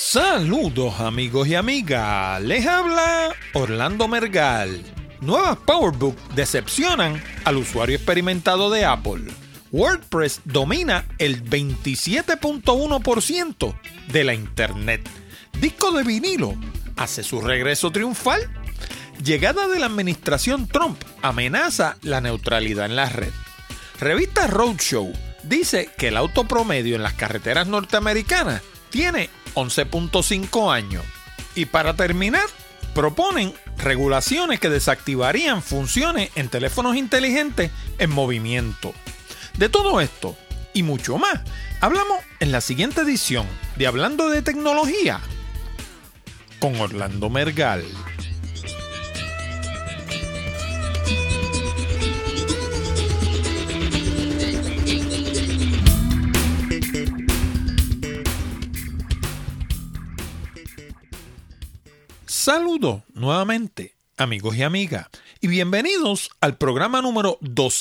Saludos amigos y amigas, les habla Orlando Mergal. Nuevas PowerBook decepcionan al usuario experimentado de Apple. WordPress domina el 27.1% de la internet. Disco de vinilo hace su regreso triunfal. Llegada de la administración Trump amenaza la neutralidad en la red. Revista Roadshow dice que el auto promedio en las carreteras norteamericanas tiene 11.5 años. Y para terminar, proponen regulaciones que desactivarían funciones en teléfonos inteligentes en movimiento. De todo esto y mucho más, hablamos en la siguiente edición de Hablando de Tecnología con Orlando Mergal. Saludos nuevamente, amigos y amigas, y bienvenidos al programa número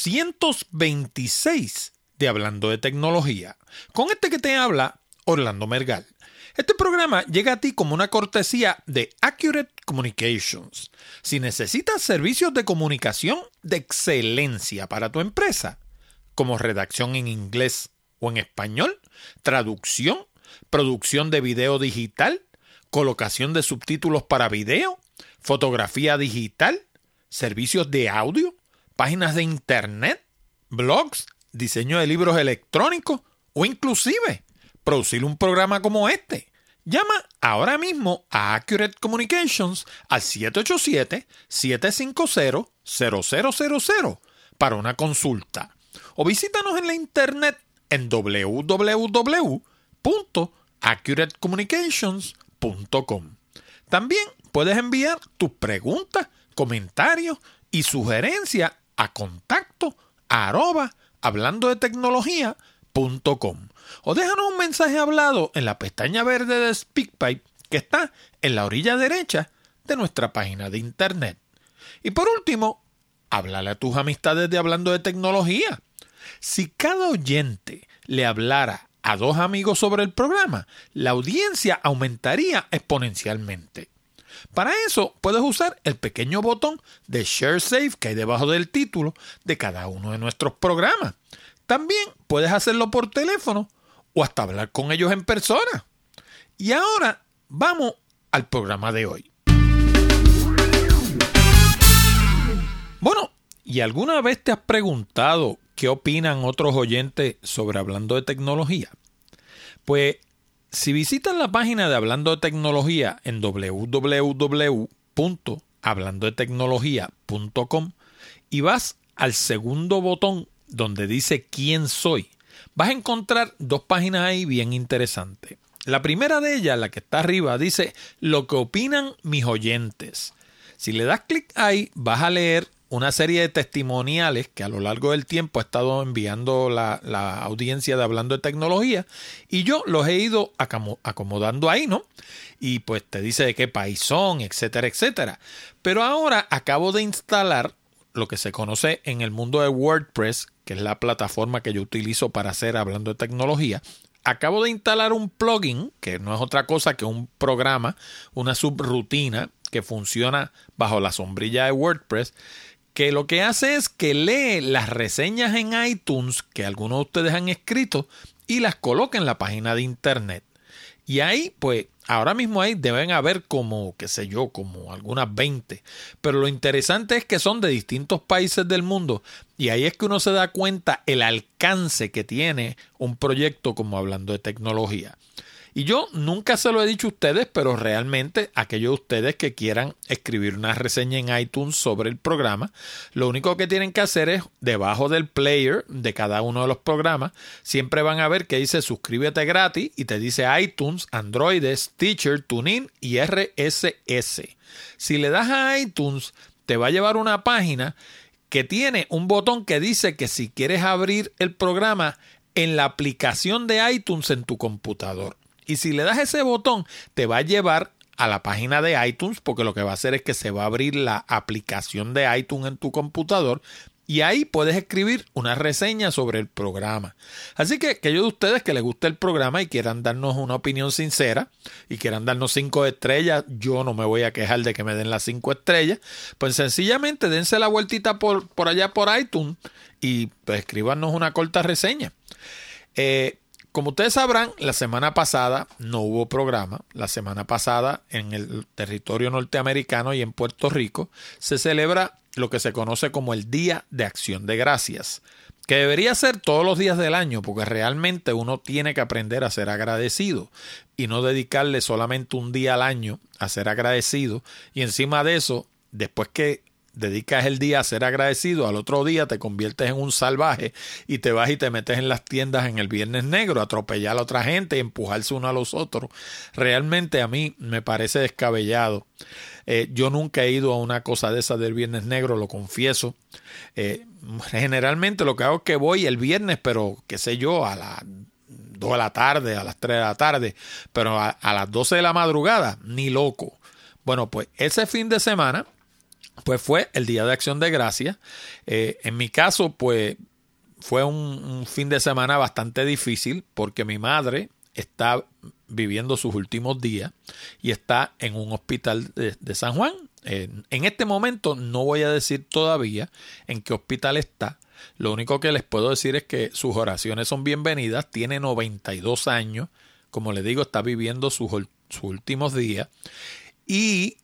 226 de Hablando de Tecnología. Con este que te habla, Orlando Mergal. Este programa llega a ti como una cortesía de Accurate Communications. Si necesitas servicios de comunicación de excelencia para tu empresa, como redacción en inglés o en español, traducción, producción de video digital, colocación de subtítulos para video, fotografía digital, servicios de audio, páginas de internet, blogs, diseño de libros electrónicos o inclusive producir un programa como este. Llama ahora mismo a Accurate Communications al 787-750-0000 para una consulta o visítanos en la internet en www.accuratecommunications.com. También puedes enviar tus preguntas, comentarios y sugerencias a contacto@hablandodetecnología.com o déjanos un mensaje hablado en la pestaña verde de SpeakPipe que está en la orilla derecha de nuestra página de internet. Y por último, háblale a tus amistades de Hablando de Tecnología. Si cada oyente le hablara a 2 amigos sobre el programa, la audiencia aumentaría exponencialmente. Para eso puedes usar el pequeño botón de Share Save que hay debajo del título de cada uno de nuestros programas. También puedes hacerlo por teléfono o hasta hablar con ellos en persona. Y ahora vamos al programa de hoy. Bueno, ¿y alguna vez te has preguntado qué opinan otros oyentes sobre Hablando de Tecnología? Pues si visitas la página de Hablando de Tecnología en www.hablandodetecnología.com y vas al segundo botón donde dice ¿Quién soy?, vas a encontrar 2 páginas ahí bien interesantes. La primera de ellas, la que está arriba, dice lo que opinan mis oyentes. Si le das clic ahí, vas a leer una serie de testimoniales que a lo largo del tiempo ha estado enviando la audiencia de Hablando de Tecnología y yo los he ido acomodando ahí, ¿no? Y pues te dice de qué país son, etcétera, etcétera. Pero ahora acabo de instalar lo que se conoce en el mundo de WordPress, que es la plataforma que yo utilizo para hacer Hablando de Tecnología. Acabo de instalar un plugin, que no es otra cosa que un programa, una subrutina que funciona bajo la sombrilla de WordPress, que lo que hace es que lee las reseñas en iTunes que algunos de ustedes han escrito y las coloca en la página de internet. Y ahí, pues, ahora mismo ahí deben haber como, qué sé yo, como algunas 20. Pero lo interesante es que son de distintos países del mundo y ahí es que uno se da cuenta el alcance que tiene un proyecto como Hablando de Tecnología. Y yo nunca se lo he dicho a ustedes, pero realmente aquellos de ustedes que quieran escribir una reseña en iTunes sobre el programa, lo único que tienen que hacer es, debajo del player de cada uno de los programas, siempre van a ver que dice suscríbete gratis y te dice iTunes, Android, Stitcher, TuneIn y RSS. Si le das a iTunes, te va a llevar una página que tiene un botón que dice que si quieres abrir el programa en la aplicación de iTunes en tu computador. Y si le das ese botón, te va a llevar a la página de iTunes, porque lo que va a hacer es que se va a abrir la aplicación de iTunes en tu computador Y ahí puedes escribir una reseña sobre el programa. Así que aquellos de ustedes que les guste el programa y quieran darnos una opinión sincera y quieran darnos 5 estrellas, yo no me voy a quejar de que me den las 5 estrellas, pues sencillamente dense la vueltita por allá por iTunes y pues escríbanos una corta reseña. Como ustedes sabrán, la semana pasada no hubo programa. La semana pasada en el territorio norteamericano y en Puerto Rico se celebra lo que se conoce como el Día de Acción de Gracias, que debería ser todos los días del año, porque realmente uno tiene que aprender a ser agradecido y no dedicarle solamente un día al año a ser agradecido, y encima de eso, después que dedicas el día a ser agradecido, al otro día te conviertes en un salvaje y te vas y te metes en las tiendas en el Viernes Negro, a atropellar a otra gente y empujarse uno a los otros. Realmente a mí me parece descabellado. Yo nunca he ido a una cosa de esas del Viernes Negro, lo confieso. Generalmente lo que hago es que voy el viernes, pero qué sé yo, a las 2 de la tarde, a las 3 de la tarde, pero a las 12 de la madrugada, ni loco. Bueno, pues ese fin de semana pues fue el Día de Acción de Gracias. En mi caso, pues fue un fin de semana bastante difícil porque mi madre está viviendo sus últimos días y está en un hospital de San Juan. En este momento no voy a decir todavía en qué hospital está. Lo único que les puedo decir es que sus oraciones son bienvenidas. Tiene 92 años. Como les digo, está viviendo sus últimos días. Y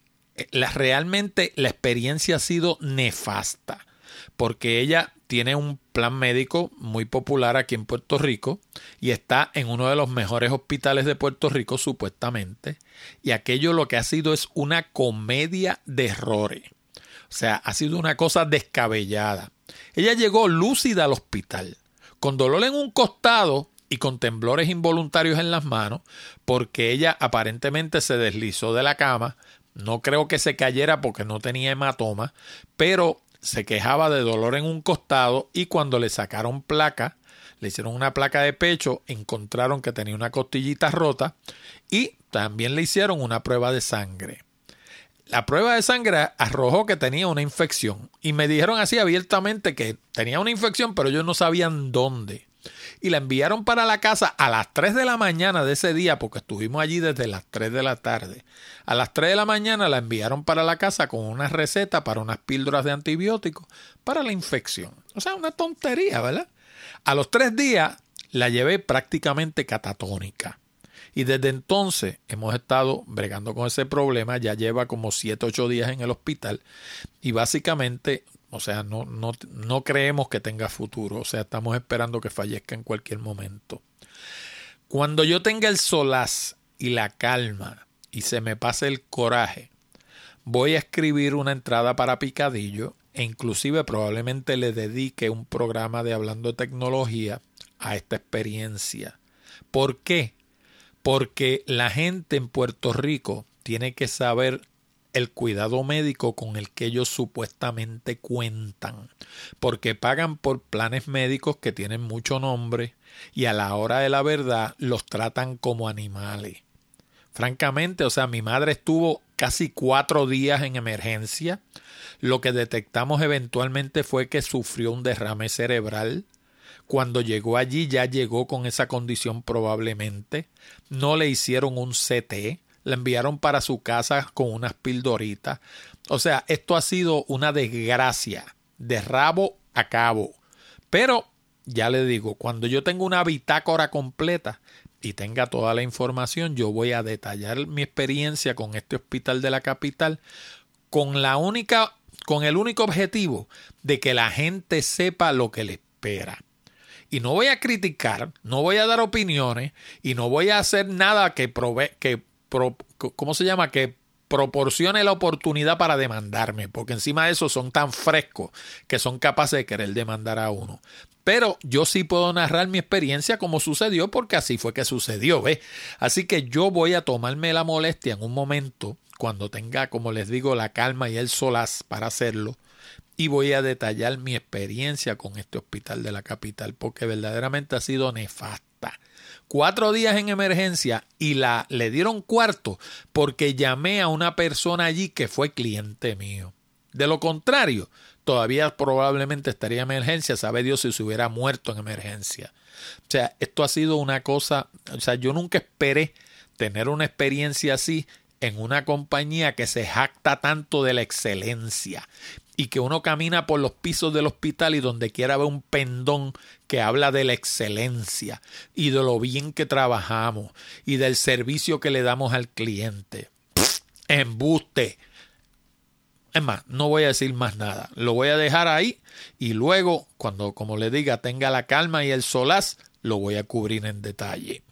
realmente la experiencia ha sido nefasta, porque ella tiene un plan médico muy popular aquí en Puerto Rico y está en uno de los mejores hospitales de Puerto Rico supuestamente, y aquello lo que ha sido es una comedia de errores. O sea, ha sido una cosa descabellada. Ella llegó lúcida al hospital, con dolor en un costado y con temblores involuntarios en las manos, porque ella aparentemente se deslizó de la cama. No creo que se cayera porque no tenía hematoma, pero se quejaba de dolor en un costado y cuando le sacaron placa, le hicieron una placa de pecho, encontraron que tenía una costillita rota y también le hicieron una prueba de sangre. La prueba de sangre arrojó que tenía una infección y me dijeron así abiertamente que tenía una infección, pero ellos no sabían dónde. Y la enviaron para la casa a las 3 de la mañana de ese día, porque estuvimos allí desde las 3 de la tarde. A las 3 de la mañana la enviaron para la casa con una receta para unas píldoras de antibióticos para la infección. O sea, una tontería, ¿verdad? A los 3 días la llevé prácticamente catatónica. Y desde entonces hemos estado bregando con ese problema. Ya lleva como 7, 8 días en el hospital y básicamente, o sea, no creemos que tenga futuro. O sea, estamos esperando que fallezca en cualquier momento. Cuando yo tenga el solaz y la calma y se me pase el coraje, voy a escribir una entrada para Picadillo e inclusive probablemente le dedique un programa de Hablando de Tecnología a esta experiencia. ¿Por qué? Porque la gente en Puerto Rico tiene que saber el cuidado médico con el que ellos supuestamente cuentan, porque pagan por planes médicos que tienen mucho nombre y a la hora de la verdad los tratan como animales. Francamente, o sea, mi madre estuvo casi 4 días en emergencia. Lo que detectamos eventualmente fue que sufrió un derrame cerebral. Cuando llegó allí ya llegó con esa condición probablemente. No le hicieron un CT. La enviaron para su casa con unas pildoritas. O sea, esto ha sido una desgracia de rabo a cabo. Pero, ya le digo, cuando yo tenga una bitácora completa y tenga toda la información, yo voy a detallar mi experiencia con este hospital de la capital con el único objetivo de que la gente sepa lo que le espera. Y no voy a criticar, no voy a dar opiniones y no voy a hacer nada que proporcione la oportunidad para demandarme, porque encima de eso son tan frescos que son capaces de querer demandar a uno. Pero yo sí puedo narrar mi experiencia como sucedió, porque así fue que sucedió, ¿ves? Así que yo voy a tomarme la molestia en un momento, cuando tenga, como les digo, la calma y el solaz para hacerlo, y voy a detallar mi experiencia con este hospital de la capital, porque verdaderamente ha sido nefasta. 4 días en emergencia y le dieron cuarto porque llamé a una persona allí que fue cliente mío. De lo contrario, todavía probablemente estaría en emergencia, sabe Dios si se hubiera muerto en emergencia. O sea, esto ha sido una cosa, o sea, yo nunca esperé tener una experiencia así en una compañía que se jacta tanto de la excelencia y que uno camina por los pisos del hospital y donde quiera ve un pendón que habla de la excelencia y de lo bien que trabajamos y del servicio que le damos al cliente. Embuste. Es más, no voy a decir más nada. Lo voy a dejar ahí y luego, cuando, como le diga, tenga la calma y el solaz, lo voy a cubrir en detalle.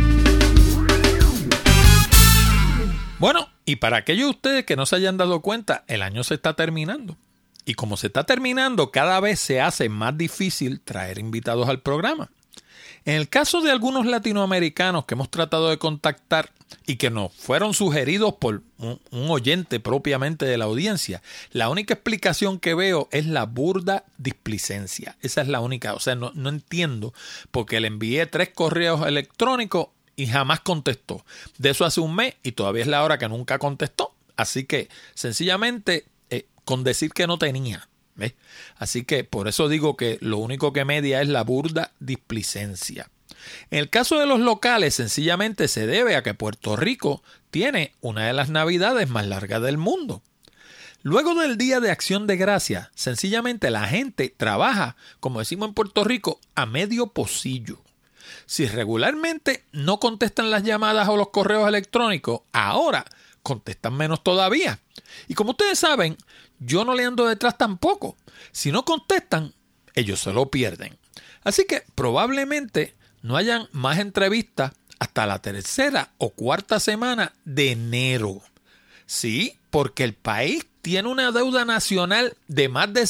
Bueno, y para aquellos de ustedes que no se hayan dado cuenta, el año se está terminando. Y como se está terminando, cada vez se hace más difícil traer invitados al programa. En el caso de algunos latinoamericanos que hemos tratado de contactar y que nos fueron sugeridos por un oyente propiamente de la audiencia, la única explicación que veo es la burda displicencia. Esa es la única. O sea, no entiendo porque le envié 3 correos electrónicos y jamás contestó. De eso hace un mes y todavía es la hora que nunca contestó. Así que sencillamente con decir que no tenía. ¿Ves? Así que por eso digo que lo único que media es la burda displicencia. En el caso de los locales, sencillamente se debe a que Puerto Rico tiene una de las navidades más largas del mundo. Luego del Día de Acción de Gracias, sencillamente la gente trabaja, como decimos en Puerto Rico, a medio pocillo. Si regularmente no contestan las llamadas o los correos electrónicos, ahora contestan menos todavía. Y como ustedes saben, yo no le ando detrás tampoco. Si no contestan, ellos se lo pierden. Así que probablemente no hayan más entrevistas hasta la 3ª o 4ª semana de enero. Sí, porque el país tiene una deuda nacional de más de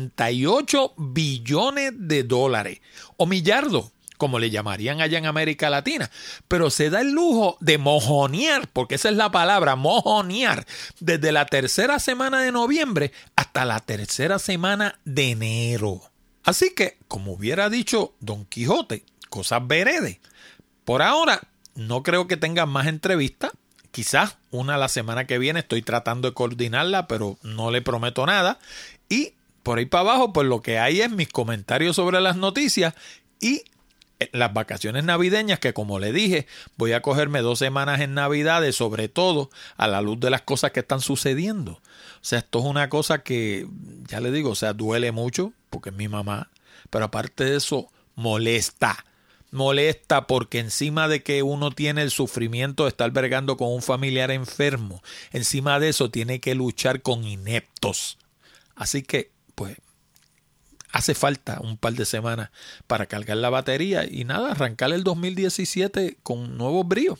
78 billones de dólares o millardos, como le llamarían allá en América Latina, pero se da el lujo de mojonear, porque esa es la palabra, mojonear, desde la 3ª semana de noviembre hasta la 3ª semana de enero. Así que, como hubiera dicho Don Quijote, cosas veredes. Por ahora, no creo que tengan más entrevistas, quizás una la semana que viene, estoy tratando de coordinarla, pero no le prometo nada. Y por ahí para abajo, pues lo que hay es mis comentarios sobre las noticias y las vacaciones navideñas, que como le dije, voy a cogerme 2 semanas en Navidades, sobre todo a la luz de las cosas que están sucediendo. O sea, esto es una cosa que, ya le digo, o sea, duele mucho, porque es mi mamá, pero aparte de eso, molesta porque encima de que uno tiene el sufrimiento de estar bregando con un familiar enfermo, encima de eso tiene que luchar con ineptos. Así que, pues, hace falta un par de semanas para cargar la batería y nada, arrancar el 2017 con nuevos bríos.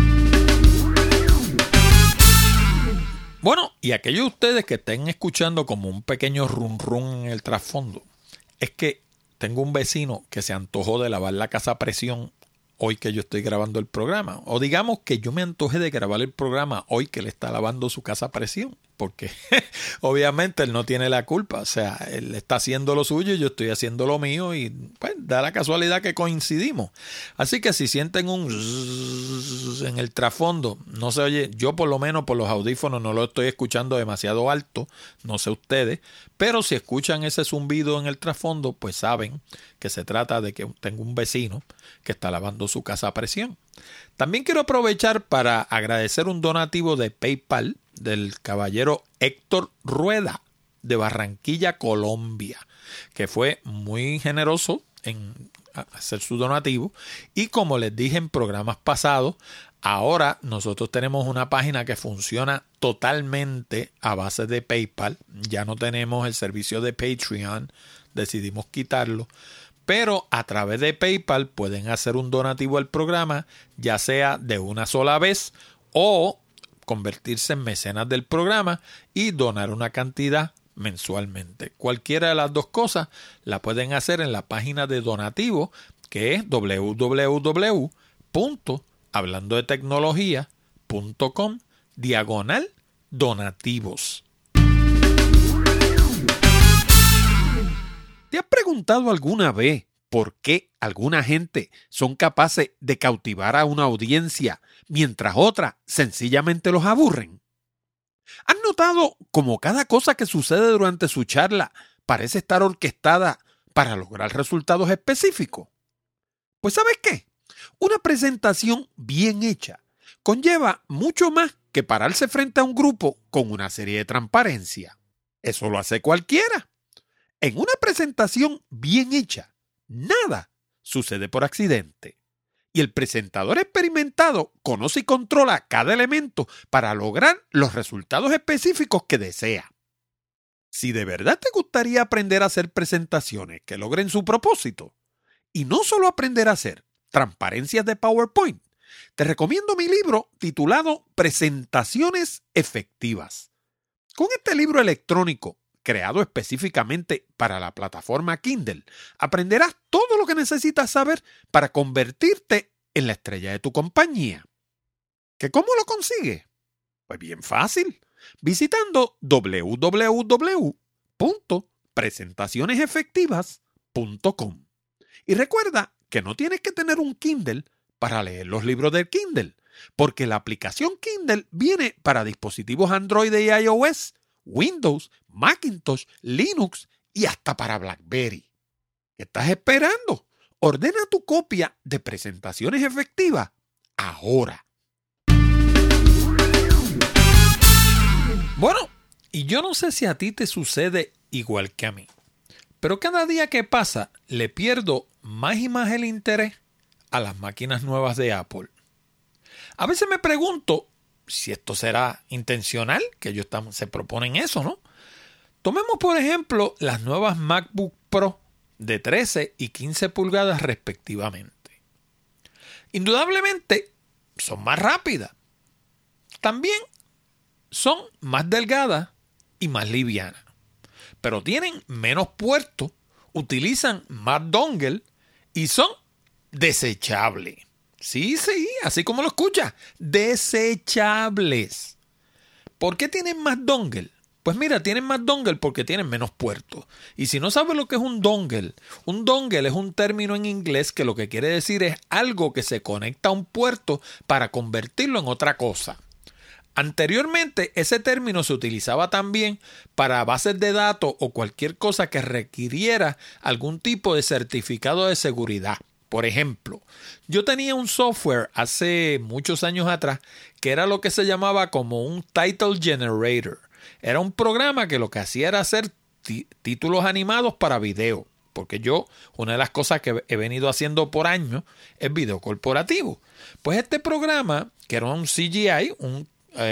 Bueno, y aquellos de ustedes que estén escuchando como un pequeño rum rum en el trasfondo, es que tengo un vecino que se antojó de lavar la casa a presión hoy que yo estoy grabando el programa. O digamos que yo me antojé de grabar el programa hoy que le está lavando su casa a presión. Porque obviamente él no tiene la culpa. O sea, él está haciendo lo suyo y yo estoy haciendo lo mío y pues da la casualidad que coincidimos. Así que si sienten un en el trasfondo, no se oye. Yo por lo menos por los audífonos no lo estoy escuchando demasiado alto. No sé ustedes. Pero si escuchan ese zumbido en el trasfondo, pues saben que se trata de que tengo un vecino que está lavando su casa a presión. También quiero aprovechar para agradecer un donativo de PayPal del caballero Héctor Rueda de Barranquilla, Colombia, que fue muy generoso en hacer su donativo. Y como les dije en programas pasados, ahora nosotros tenemos una página que funciona totalmente a base de PayPal. Ya no tenemos el servicio de Patreon, decidimos quitarlo. Pero a través de PayPal pueden hacer un donativo al programa, ya sea de una sola vez o convertirse en mecenas del programa y donar una cantidad mensualmente. Cualquiera de las dos cosas la pueden hacer en la página de donativo, que es www.hablandodetecnologia.com/donativos. ¿Te has preguntado alguna vez por qué alguna gente son capaces de cautivar a una audiencia mientras otras sencillamente los aburren? ¿Has notado cómo cada cosa que sucede durante su charla parece estar orquestada para lograr resultados específicos? Pues ¿sabes qué? Una presentación bien hecha conlleva mucho más que pararse frente a un grupo con una serie de transparencia. Eso lo hace cualquiera. En una presentación bien hecha, nada sucede por accidente. Y el presentador experimentado conoce y controla cada elemento para lograr los resultados específicos que desea. Si de verdad te gustaría aprender a hacer presentaciones que logren su propósito, y no solo aprender a hacer transparencias de PowerPoint, te recomiendo mi libro titulado Presentaciones Efectivas. Con este libro electrónico, creado específicamente para la plataforma Kindle, aprenderás todo lo que necesitas saber para convertirte en la estrella de tu compañía. ¿Que cómo lo consigues? Pues bien fácil, visitando www.presentacionesefectivas.com. Y recuerda que no tienes que tener un Kindle para leer los libros del Kindle, porque la aplicación Kindle viene para dispositivos Android y iOS, Windows, Macintosh, Linux y hasta para BlackBerry. ¿Qué estás esperando? Ordena tu copia de Presentaciones Efectivas ahora. Bueno, y yo no sé si a ti te sucede igual que a mí, pero cada día que pasa le pierdo más y más el interés a las máquinas nuevas de Apple. A veces me pregunto si esto será intencional, que ellos se proponen eso, ¿no? Tomemos, por ejemplo, las nuevas MacBook Pro de 13 y 15 pulgadas respectivamente. Indudablemente son más rápidas. También son más delgadas y más livianas. Pero tienen menos puertos, utilizan más dongle y son desechables. Sí, así como lo escuchas, desechables. ¿Por qué tienen más dongle? Pues mira, tienen más dongle porque tienen menos puertos. Y si no sabes lo que es un dongle es un término en inglés que lo que quiere decir es algo que se conecta a un puerto para convertirlo en otra cosa. Anteriormente, ese término se utilizaba también para bases de datos o cualquier cosa que requiriera algún tipo de certificado de seguridad. Por ejemplo, yo tenía un software hace muchos años atrás que era lo que se llamaba como un title generator. Era un programa que lo que hacía era hacer títulos animados para video. Porque una de las cosas que he venido haciendo por años es video corporativo. Pues este programa, que era un CGI, un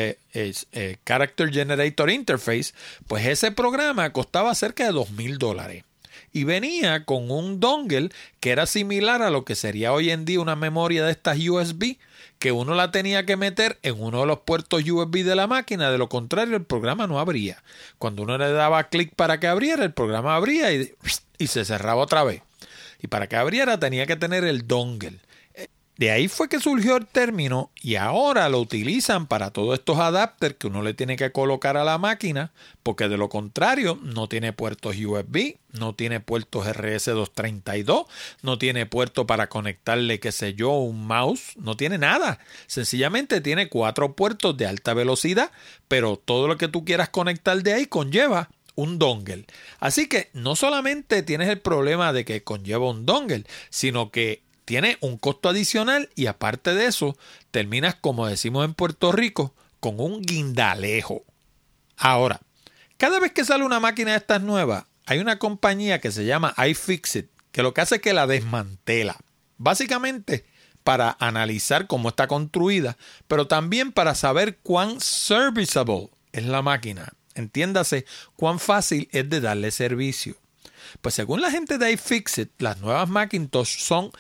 Character Generator Interface, pues ese programa costaba cerca de $2,000 y venía con un dongle que era similar a lo que sería hoy en día una memoria de estas USB, que uno la tenía que meter en uno de los puertos USB de la máquina, de lo contrario el programa no abría. Cuando uno le daba clic para que abriera, el programa abría y se cerraba otra vez. Y para que abriera tenía que tener el dongle. De ahí fue que surgió el término y ahora lo utilizan para todos estos adapters que uno le tiene que colocar a la máquina, porque de lo contrario no tiene puertos USB, no tiene puertos RS232, no tiene puerto para conectarle, qué sé yo, un mouse, no tiene nada. Sencillamente tiene 4 puertos de alta velocidad, pero todo lo que tú quieras conectar de ahí conlleva un dongle. Así que no solamente tienes el problema de que conlleva un dongle, sino que tiene un costo adicional y aparte de eso, terminas, como decimos en Puerto Rico, con un guindalejo. Ahora, cada vez que sale una máquina de estas nuevas, hay una compañía que se llama iFixit, que lo que hace es que la desmantela. Básicamente para analizar cómo está construida, pero también para saber cuán serviceable es la máquina. Entiéndase, cuán fácil es de darle servicio. Pues según la gente de iFixit, las nuevas Macintosh son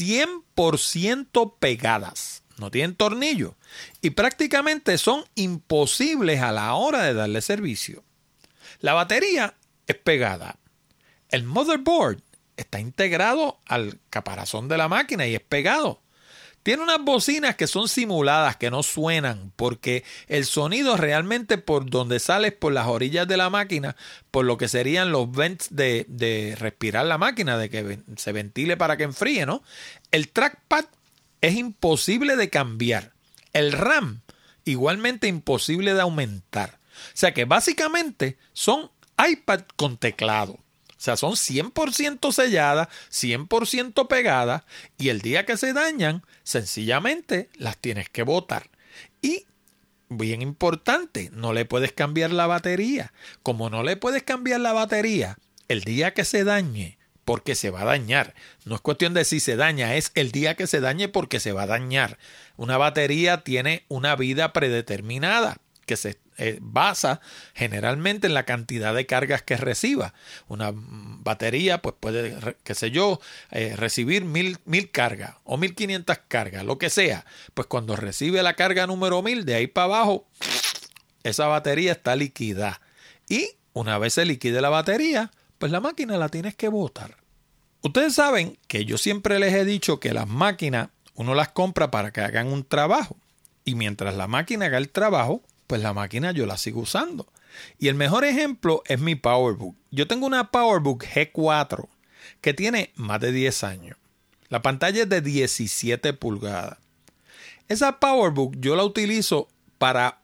100% pegadas. No tienen tornillo. Y prácticamente son imposibles a la hora de darle servicio. La batería es pegada. El motherboard está integrado al caparazón de la máquina y es pegado. Tiene unas bocinas que son simuladas, que no suenan, porque el sonido realmente por donde sale por las orillas de la máquina, por lo que serían los vents de respirar la máquina, de que se ventile para que enfríe, ¿no? El trackpad es imposible de cambiar. El RAM, igualmente imposible de aumentar. sea que básicamente son iPad con teclado. O sea, son 100% selladas, 100% pegadas y el día que se dañan, sencillamente las tienes que botar. Y, bien importante, no le puedes cambiar la batería. Como no le puedes cambiar la batería, el día que se dañe, porque se va a dañar. No es cuestión de si se daña, es el día que se dañe porque se va a dañar. Una batería tiene una vida predeterminada que se basa generalmente en la cantidad de cargas que reciba. Una batería pues puede, qué sé yo, recibir 1000 cargas o 1500 cargas, lo que sea. Pues cuando recibe la carga número 1000, de ahí para abajo, esa batería está líquida. Y una vez se liquide la batería, pues la máquina la tienes que botar. Ustedes saben que yo siempre les he dicho que las máquinas uno las compra para que hagan un trabajo. Y mientras la máquina haga el trabajo, pues la máquina yo la sigo usando. Y el mejor ejemplo es mi PowerBook. Yo tengo una PowerBook G4 que tiene más de 10 años. La pantalla es de 17 pulgadas. Esa PowerBook yo la utilizo para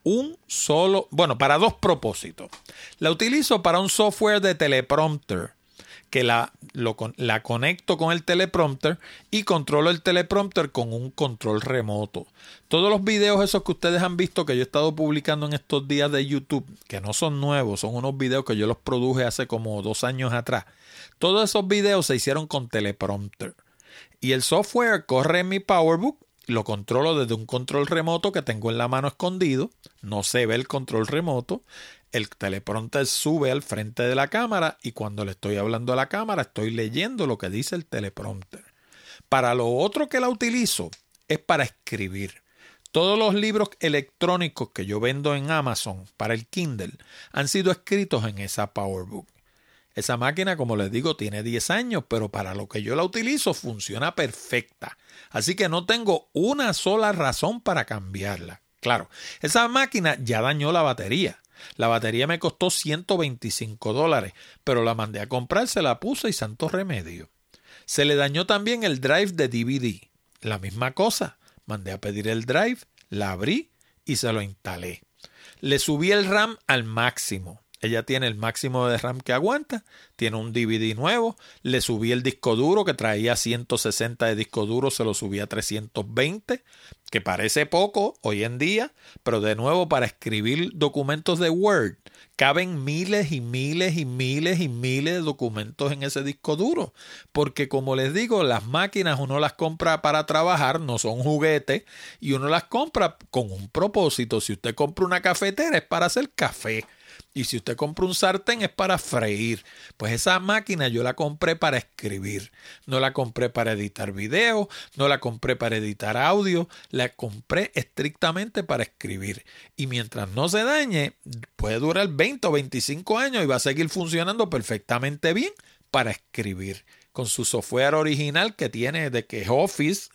para dos propósitos. La utilizo para un software de teleprompter que la conecto con el teleprompter y controlo el teleprompter con un control remoto. Todos los videos esos que ustedes han visto que yo he estado publicando en estos días de YouTube, que no son nuevos, son unos videos que yo los produje hace como 2 años atrás. Todos esos videos se hicieron con teleprompter. Y el software corre en mi PowerBook, lo controlo desde un control remoto que tengo en la mano escondido, no se ve el control remoto. El teleprompter sube al frente de la cámara y cuando le estoy hablando a la cámara estoy leyendo lo que dice el teleprompter. Para lo otro que la utilizo es para escribir. Todos los libros electrónicos que yo vendo en Amazon para el Kindle han sido escritos en esa PowerBook. Esa máquina, como les digo, tiene 10 años, pero para lo que yo la utilizo funciona perfecta. Así que no tengo una sola razón para cambiarla. Claro, esa máquina ya dañó la batería. La batería me costó $125, pero la mandé a comprar, se la puse y santo remedio. Se le dañó también el drive de DVD. La misma cosa. Mandé a pedir el drive, la abrí y se lo instalé. Le subí el RAM al máximo. Ella tiene el máximo de RAM que aguanta, tiene un DVD nuevo, le subí el disco duro que traía 160 de disco duro, se lo subí a 320, que parece poco hoy en día, pero de nuevo para escribir documentos de Word, caben miles y miles y miles y miles de documentos en ese disco duro, porque como les digo, las máquinas uno las compra para trabajar, no son juguetes, y uno las compra con un propósito. Si usted compra una cafetera es para hacer café. Y si usted compra un sartén es para freír. Pues esa máquina yo la compré para escribir. No la compré para editar video, no la compré para editar audio, la compré estrictamente para escribir. Y mientras no se dañe, puede durar 20 o 25 años y va a seguir funcionando perfectamente bien para escribir. Con su software original que tiene de que es Office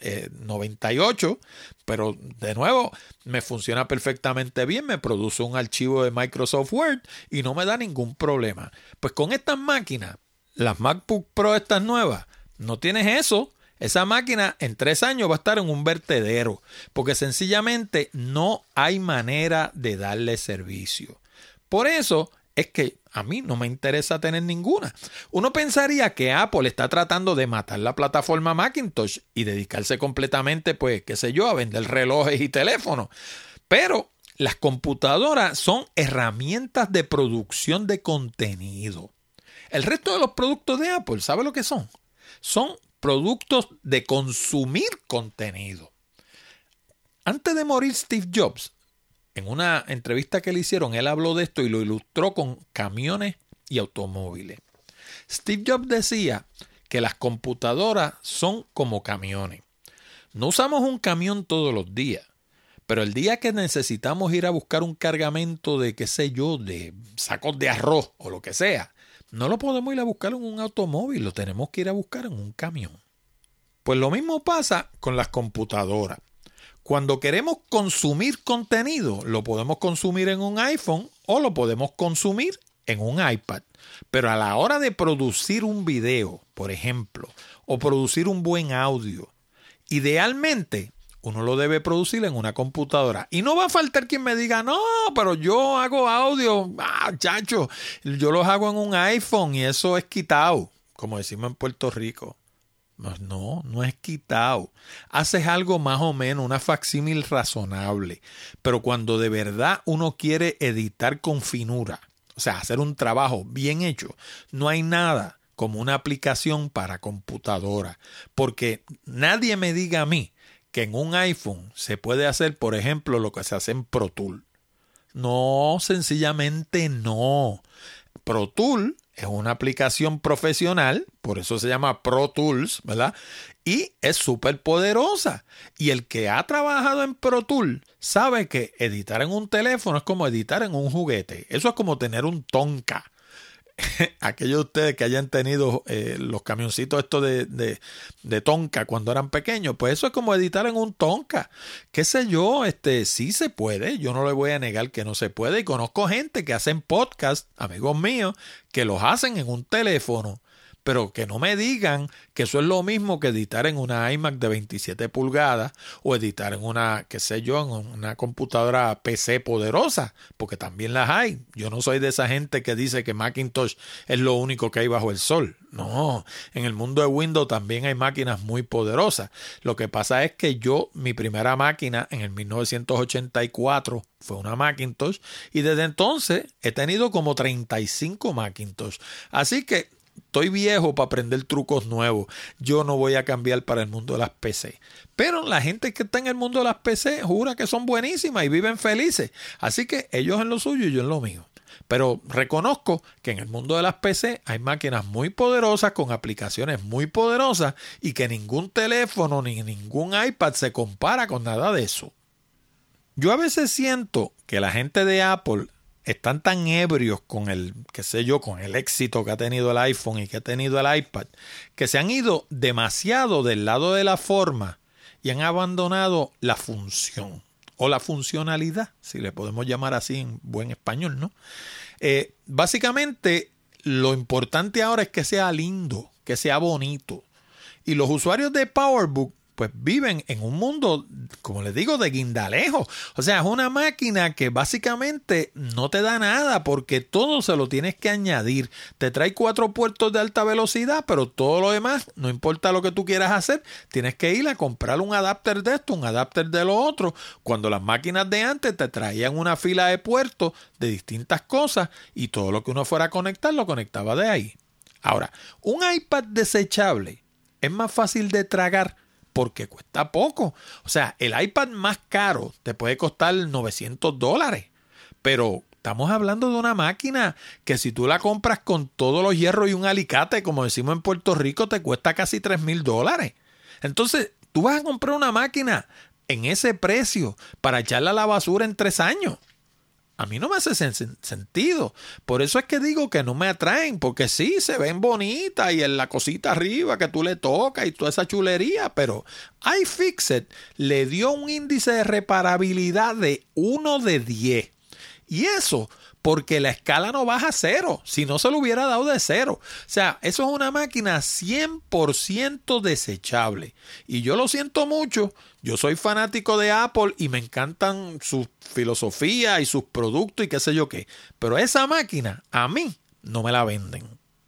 98, pero de nuevo me funciona perfectamente bien, me produce un archivo de Microsoft Word y no me da ningún problema. Pues con estas máquinas, las MacBook Pro estas nuevas, no tienes eso. Esa máquina en 3 años va a estar en un vertedero, porque sencillamente no hay manera de darle servicio. Por eso es que a mí no me interesa tener ninguna. Uno pensaría que Apple está tratando de matar la plataforma Macintosh y dedicarse completamente, pues, qué sé yo, a vender relojes y teléfonos. Pero las computadoras son herramientas de producción de contenido. El resto de los productos de Apple, ¿sabe lo que son? Son productos de consumir contenido. Antes de morir Steve Jobs, en una entrevista que le hicieron, él habló de esto y lo ilustró con camiones y automóviles. Steve Jobs decía que las computadoras son como camiones. No usamos un camión todos los días, pero el día que necesitamos ir a buscar un cargamento de, qué sé yo, de sacos de arroz o lo que sea, no lo podemos ir a buscar en un automóvil, lo tenemos que ir a buscar en un camión. Pues lo mismo pasa con las computadoras. Cuando queremos consumir contenido, lo podemos consumir en un iPhone o lo podemos consumir en un iPad. Pero a la hora de producir un video, por ejemplo, o producir un buen audio, idealmente uno lo debe producir en una computadora. Y no va a faltar quien me diga, no, pero yo hago audio, chacho, yo los hago en un iPhone y eso es quitado, como decimos en Puerto Rico. No es quitado. Haces algo más o menos, una facsímil razonable. Pero cuando de verdad uno quiere editar con finura, o sea, hacer un trabajo bien hecho, no hay nada como una aplicación para computadora. Porque nadie me diga a mí que en un iPhone se puede hacer, por ejemplo, lo que se hace en Pro Tools. No, sencillamente no. Pro Tools es una aplicación profesional, por eso se llama Pro Tools, ¿verdad? Y es súper poderosa. Y el que ha trabajado en Pro Tools sabe que editar en un teléfono es como editar en un juguete. Eso es como tener un Tonka. Aquellos de ustedes que hayan tenido los camioncitos estos de Tonka cuando eran pequeños, pues eso es como editar en un Tonka. Qué sé yo, sí se puede, yo no le voy a negar que no se puede, y conozco gente que hacen podcast, amigos míos, que los hacen en un teléfono. Pero que no me digan que eso es lo mismo que editar en una iMac de 27 pulgadas o editar en una, qué sé yo, en una computadora PC poderosa, porque también las hay. Yo no soy de esa gente que dice que Macintosh es lo único que hay bajo el sol. No, en el mundo de Windows también hay máquinas muy poderosas. Lo que pasa es que mi primera máquina en el 1984 fue una Macintosh y desde entonces he tenido como 35 Macintosh. Así que estoy viejo para aprender trucos nuevos. Yo no voy a cambiar para el mundo de las PC. Pero la gente que está en el mundo de las PC jura que son buenísimas y viven felices. Así que ellos en lo suyo y yo en lo mío. Pero reconozco que en el mundo de las PC hay máquinas muy poderosas con aplicaciones muy poderosas y que ningún teléfono ni ningún iPad se compara con nada de eso. Yo a veces siento que la gente de Apple están tan ebrios con con el éxito que ha tenido el iPhone y que ha tenido el iPad, que se han ido demasiado del lado de la forma y han abandonado la función o la funcionalidad, si le podemos llamar así en buen español, ¿no? Básicamente, lo importante ahora es que sea lindo, que sea bonito. Y los usuarios de PowerBook pues viven en un mundo, como les digo, de guindalejo. O sea, es una máquina que básicamente no te da nada porque todo se lo tienes que añadir. Te trae 4 puertos de alta velocidad, pero todo lo demás, no importa lo que tú quieras hacer, tienes que ir a comprar un adapter de esto, un adapter de lo otro. Cuando las máquinas de antes te traían una fila de puertos de distintas cosas y todo lo que uno fuera a conectar lo conectaba de ahí. Ahora, un iPad desechable es más fácil de tragar porque cuesta poco. O sea, el iPad más caro te puede costar $900. Pero estamos hablando de una máquina que si tú la compras con todos los hierros y un alicate, como decimos en Puerto Rico, te cuesta casi $3,000. Entonces, tú vas a comprar una máquina en ese precio para echarla a la basura en 3 años. A mí no me hace sentido. Por eso es que digo que no me atraen, porque sí, se ven bonitas y en la cosita arriba que tú le tocas y toda esa chulería, pero iFixit le dio un índice de reparabilidad de 1 de 10. Y eso porque la escala no baja a 0, si no se lo hubiera dado de 0. O sea, eso es una máquina 100% desechable. Y yo lo siento mucho, yo soy fanático de Apple y me encantan su filosofía y sus productos y qué sé yo qué. Pero esa máquina, a mí, no me la venden.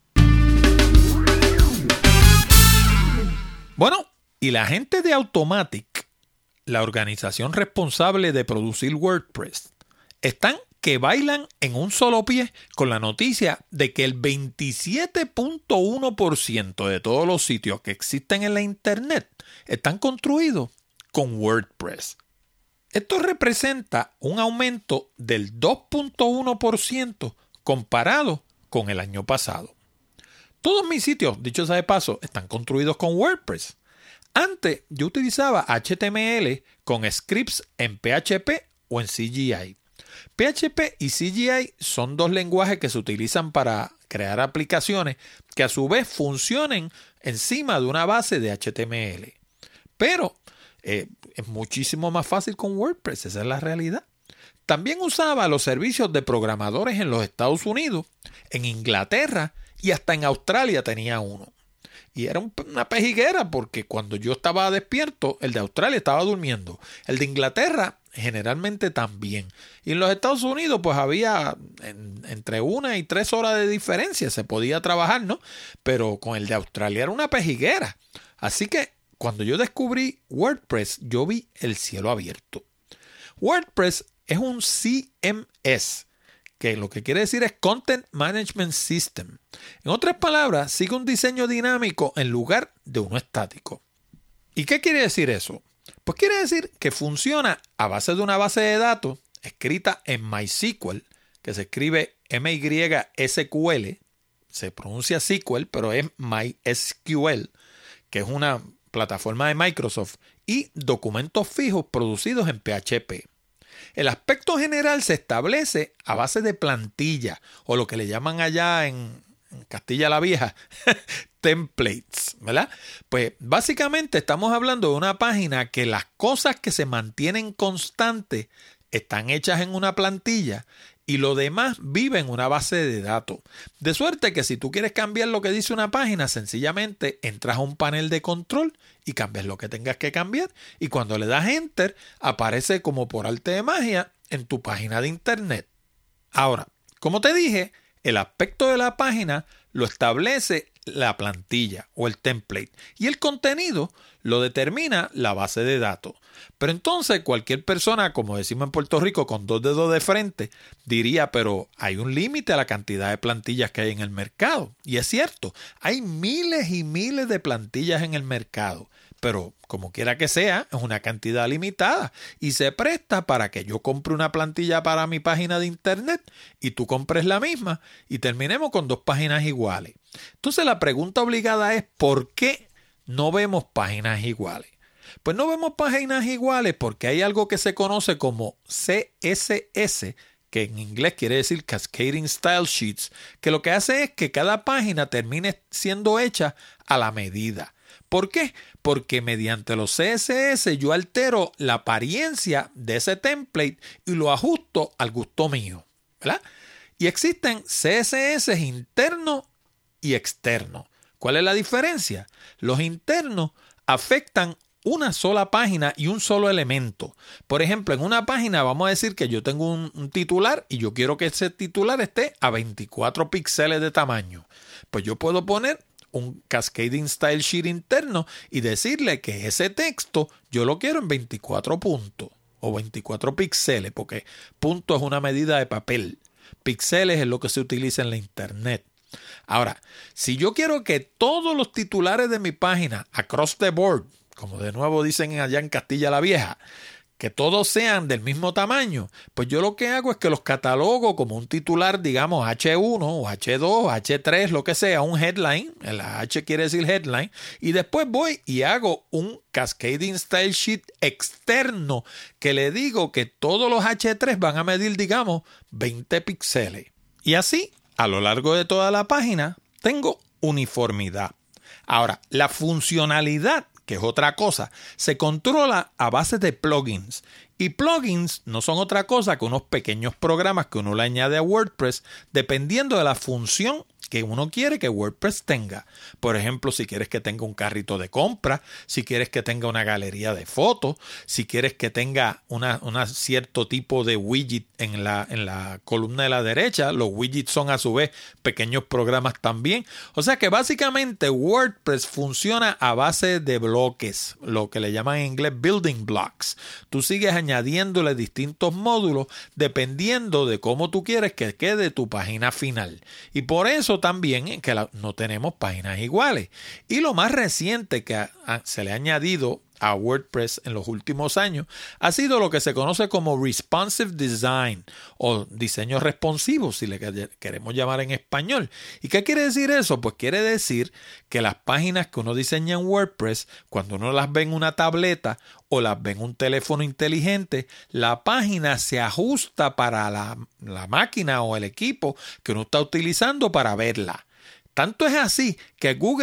Bueno, y la gente de Automattic, la organización responsable de producir WordPress, están que bailan en un solo pie con la noticia de que el 27.1% de todos los sitios que existen en la Internet están construidos con WordPress. Esto representa un aumento del 2.1% comparado con el año pasado. Todos mis sitios, dicho sea de paso, están construidos con WordPress. Antes yo utilizaba HTML con scripts en PHP o en CGI. PHP y CGI son 2 lenguajes que se utilizan para crear aplicaciones que a su vez funcionen encima de una base de HTML. Pero es muchísimo más fácil con WordPress, esa es la realidad. También usaba los servicios de programadores en los Estados Unidos, en Inglaterra y hasta en Australia tenía uno. y era una pejiguera porque cuando yo estaba despierto, el de Australia estaba durmiendo. El de Inglaterra generalmente también. Y en los Estados Unidos pues había entre 1 y 3 horas de diferencia. Se podía trabajar, ¿no? Pero con el de Australia era una pejiguera. Así que cuando yo descubrí WordPress, yo vi el cielo abierto. WordPress es un CMS, que lo que quiere decir es Content Management System. En otras palabras, sigue un diseño dinámico en lugar de uno estático. ¿Y qué quiere decir eso? Pues quiere decir que funciona a base de una base de datos escrita en MySQL, que se escribe MySQL, se pronuncia SQL, pero es MySQL, que es una plataforma de Microsoft, y documentos fijos producidos en PHP. El aspecto general se establece a base de plantilla, o lo que le llaman allá en Castilla la Vieja, templates, ¿verdad? Pues básicamente estamos hablando de una página que las cosas que se mantienen constantes están hechas en una plantilla y lo demás vive en una base de datos. De suerte que si tú quieres cambiar lo que dice una página, sencillamente entras a un panel de control y cambias lo que tengas que cambiar. Y cuando le das Enter, aparece como por arte de magia en tu página de internet. Ahora, como te dije, el aspecto de la página lo establece la plantilla o el template y el contenido lo determina la base de datos. Pero entonces cualquier persona, como decimos en Puerto Rico, con 2 dedos de frente, diría, pero hay un límite a la cantidad de plantillas que hay en el mercado. Y es cierto, hay miles y miles de plantillas en el mercado. Pero como quiera que sea, es una cantidad limitada y se presta para que yo compre una plantilla para mi página de internet y tú compres la misma y terminemos con 2 páginas iguales. Entonces la pregunta obligada es ¿por qué no vemos páginas iguales? Pues no vemos páginas iguales porque hay algo que se conoce como CSS, que en inglés quiere decir Cascading Style Sheets, que lo que hace es que cada página termine siendo hecha a la medida. ¿Por qué? Porque mediante los CSS yo altero la apariencia de ese template y lo ajusto al gusto mío, ¿verdad? Y existen CSS internos y externos. ¿Cuál es la diferencia? Los internos afectan una sola página y un solo elemento. Por ejemplo, en una página vamos a decir que yo tengo un titular y yo quiero que ese titular esté a 24 píxeles de tamaño. Pues yo puedo poner un Cascading Style Sheet interno y decirle que ese texto yo lo quiero en 24 puntos o 24 píxeles, porque punto es una medida de papel. Píxeles es lo que se utiliza en la internet. Ahora, si yo quiero que todos los titulares de mi página, across the board, como de nuevo dicen allá en Castilla la Vieja, que todos sean del mismo tamaño, pues yo lo que hago es que los catalogo como un titular, digamos H1 o H2, H3, lo que sea, un headline, la H quiere decir headline, y después voy y hago un Cascading Style Sheet externo que le digo que todos los H3 van a medir, digamos, 20 píxeles. Y así, a lo largo de toda la página, tengo uniformidad. Ahora, la funcionalidad, que es otra cosa, se controla a base de plugins. Y plugins no son otra cosa que unos pequeños programas que uno le añade a WordPress dependiendo de la función que uno quiere que WordPress tenga. Por ejemplo, si quieres que tenga un carrito de compra, si quieres que tenga una galería de fotos, si quieres que tenga una cierto tipo de widget en la columna de la derecha. Los widgets son a su vez pequeños programas también. O sea que básicamente WordPress funciona a base de bloques, lo que le llaman en inglés building blocks. Tú sigues añadiéndole distintos módulos dependiendo de cómo tú quieres que quede tu página final. Y por eso también es que no tenemos páginas iguales. Y lo más reciente que se le ha añadido a WordPress en los últimos años ha sido lo que se conoce como responsive design o diseño responsivo, si le queremos llamar en español. ¿Y qué quiere decir eso? Pues quiere decir que las páginas que uno diseña en WordPress, cuando uno las ve en una tableta o las ve en un teléfono inteligente, la página se ajusta para la máquina o el equipo que uno está utilizando para verla. Tanto es así que Google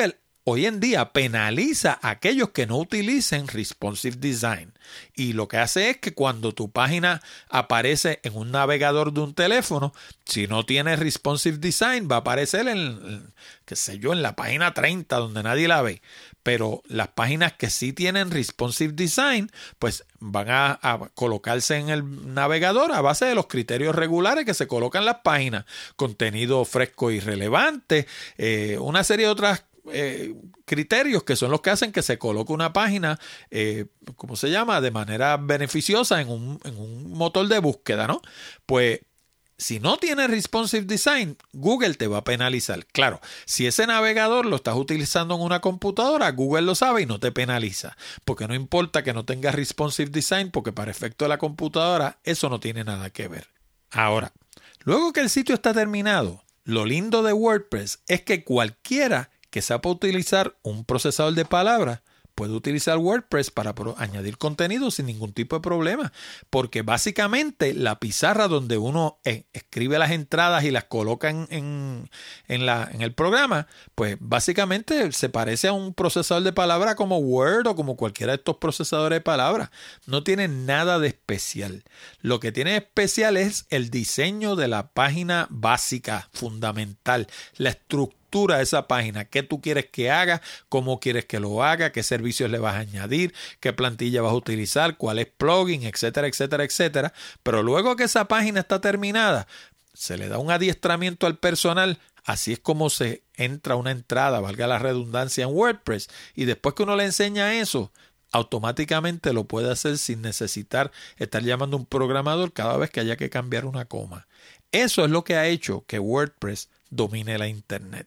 hoy en día penaliza a aquellos que no utilicen responsive design. Y lo que hace es que cuando tu página aparece en un navegador de un teléfono, si no tiene responsive design, va a aparecer en la página 30 donde nadie la ve. Pero las páginas que sí tienen responsive design, pues van a colocarse en el navegador a base de los criterios regulares que se colocan en las páginas. Contenido fresco y relevante, una serie de otras criterios que son los que hacen que se coloque una página, ¿cómo se llama?, de manera beneficiosa en un motor de búsqueda, ¿no? Pues si no tiene responsive design, Google te va a penalizar. Claro, si ese navegador lo estás utilizando en una computadora, Google lo sabe y no te penaliza. Porque no importa que no tenga responsive design, porque para efecto de la computadora eso no tiene nada que ver. Ahora, luego que el sitio está terminado, lo lindo de WordPress es que cualquiera que sepa utilizar un procesador de palabras puede utilizar WordPress para añadir contenido sin ningún tipo de problema, porque básicamente la pizarra donde uno escribe las entradas y las coloca en el programa, pues básicamente se parece a un procesador de palabras como Word o como cualquiera de estos procesadores de palabras. No tiene nada de especial. Lo que tiene especial es el diseño de la página básica, fundamental, la estructura de esa página, qué tú quieres que haga, cómo quieres que lo haga, qué servicios le vas a añadir, qué plantilla vas a utilizar, cuál es plugin, etcétera, etcétera, etcétera. Pero luego que esa página está terminada, se le da un adiestramiento al personal. Así es como se entra una entrada, valga la redundancia, en WordPress. Y después que uno le enseña eso, automáticamente lo puede hacer sin necesitar estar llamando a un programador cada vez que haya que cambiar una coma. Eso es lo que ha hecho que WordPress domine la Internet.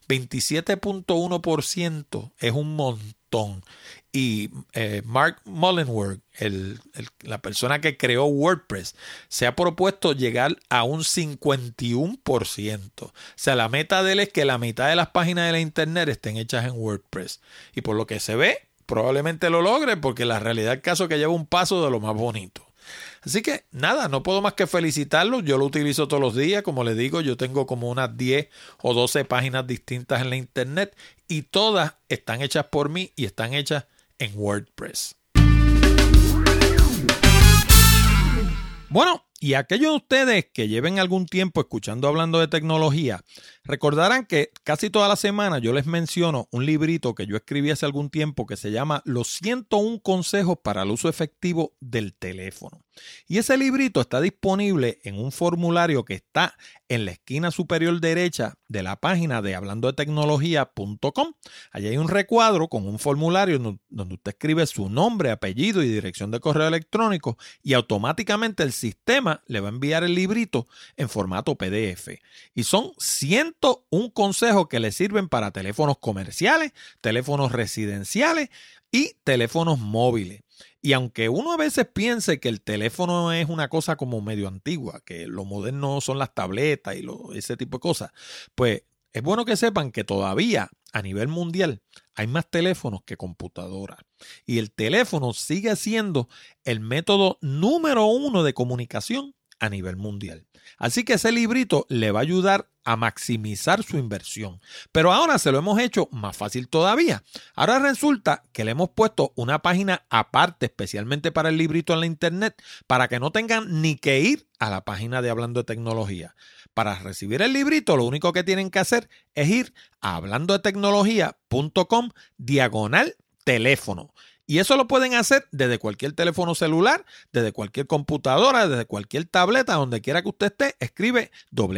27.1% es un montón. Y Mark Mullenweg, la persona que creó WordPress, se ha propuesto llegar a un 51%. O sea, la meta de él es que la mitad de las páginas de la Internet estén hechas en WordPress. Y por lo que se ve, probablemente lo logre, porque la realidad del caso es que lleva un paso de lo más bonito. Así que nada, no puedo más que felicitarlo. Yo lo utilizo todos los días. Como les digo, yo tengo como unas 10 o 12 páginas distintas en la Internet y todas están hechas por mí y están hechas en WordPress. Bueno, y aquellos de ustedes que lleven algún tiempo escuchando hablando de tecnología, recordarán que casi toda la semana yo les menciono un librito que yo escribí hace algún tiempo que se llama Los 101 consejos para el uso efectivo del teléfono. Y ese librito está disponible en un formulario que está en la esquina superior derecha de la página de hablandodetecnología.com. Allí hay un recuadro con un formulario donde usted escribe su nombre, apellido y dirección de correo electrónico y automáticamente el sistema le va a enviar el librito en formato PDF. Y son 101 consejos que le sirven para teléfonos comerciales, teléfonos residenciales y teléfonos móviles. Y aunque uno a veces piense que el teléfono es una cosa como medio antigua, que lo moderno son las tabletas y ese tipo de cosas, pues es bueno que sepan que todavía a nivel mundial hay más teléfonos que computadoras. Y el teléfono sigue siendo el método número 1 de comunicación a nivel mundial. Así que ese librito le va a ayudar a maximizar su inversión. Pero ahora se lo hemos hecho más fácil todavía. Ahora resulta que le hemos puesto una página aparte especialmente para el librito en la Internet para que no tengan ni que ir a la página de Hablando de Tecnología. Para recibir el librito lo único que tienen que hacer es ir a hablandodetecnología.com/teléfono. Y eso lo pueden hacer desde cualquier teléfono celular, desde cualquier computadora, desde cualquier tableta, donde quiera que usted esté. Escribe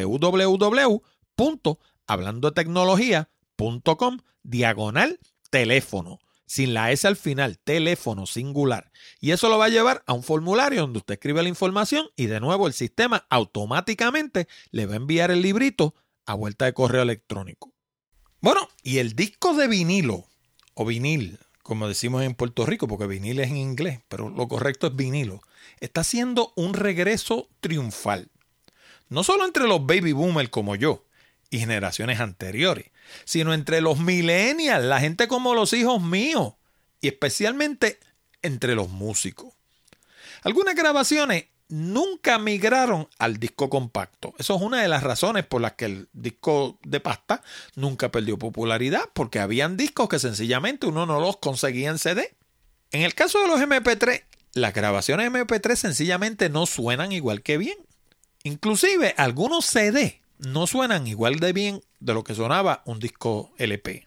www.hablandodetecnología.com/teléfono. Sin la S al final, teléfono singular. Y eso lo va a llevar a un formulario donde usted escribe la información y de nuevo el sistema automáticamente le va a enviar el librito a vuelta de correo electrónico. Bueno, y el disco de vinilo o vinil, como decimos en Puerto Rico, porque vinil es en inglés, pero lo correcto es vinilo, está haciendo un regreso triunfal. No solo entre los baby boomers como yo y generaciones anteriores, sino entre los millennials, la gente como los hijos míos, y especialmente entre los músicos. Algunas grabaciones nunca migraron al disco compacto. Eso es una de las razones por las que el disco de pasta nunca perdió popularidad, porque habían discos que sencillamente uno no los conseguía en CD. En el caso de los MP3, las grabaciones MP3 sencillamente no suenan igual que bien. Inclusive algunos CD no suenan igual de bien de lo que sonaba un disco LP.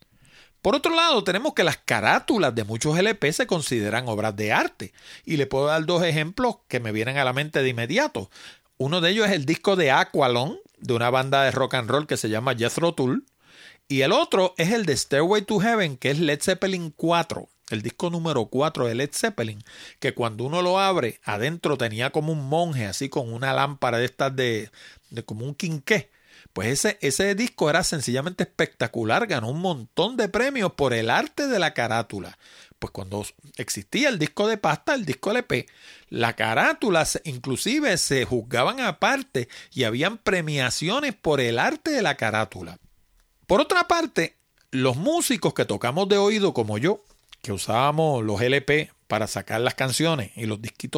Por otro lado, tenemos que las carátulas de muchos LP se consideran obras de arte. Y le puedo dar dos ejemplos que me vienen a la mente de inmediato. Uno de ellos es el disco de Aqualung, de una banda de rock and roll que se llama Jethro Tull. Y el otro es el de Stairway to Heaven, que es Led Zeppelin 4, el disco número 4 de Led Zeppelin, que cuando uno lo abre, adentro tenía como un monje, así con una lámpara de estas de como un quinqué. Pues ese disco era sencillamente espectacular, ganó un montón de premios por el arte de la carátula. Pues cuando existía el disco de pasta, el disco LP, la carátula inclusive se juzgaban aparte y habían premiaciones por el arte de la carátula. Por otra parte, los músicos que tocamos de oído como yo, que usábamos los LP para sacar las canciones y los disquitos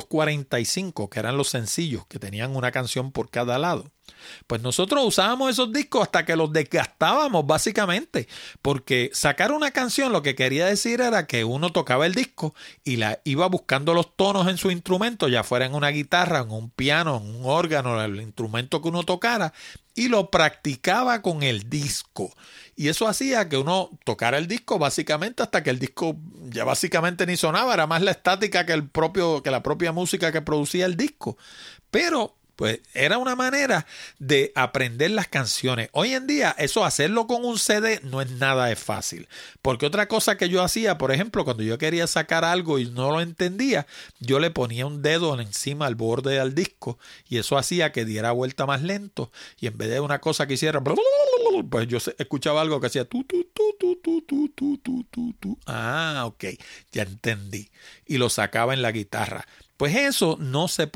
45, que eran los sencillos, que tenían una canción por cada lado, pues nosotros usábamos esos discos hasta que los desgastábamos básicamente, porque sacar una canción lo que quería decir era que uno tocaba el disco y la iba buscando los tonos en su instrumento, ya fuera en una guitarra, en un piano, en un órgano, el instrumento que uno tocara, y lo practicaba con el disco. Y eso hacía que uno tocara el disco básicamente hasta que el disco ya básicamente ni sonaba, era más la estática que la propia música que producía el disco. Pero pues era una manera de aprender las canciones. Hoy en día, eso hacerlo con un CD no es nada de fácil. Porque otra cosa que yo hacía, por ejemplo, cuando yo quería sacar algo y no lo entendía, yo le ponía un dedo encima al borde del disco y eso hacía que diera vuelta más lento. Y en vez de una cosa que hiciera, pues yo escuchaba algo que hacía tu, tu, tu, tu, tu, tu, tu, tu, tu, tu. Ah, ok, ya entendí. Y lo sacaba en la guitarra. Pues eso no se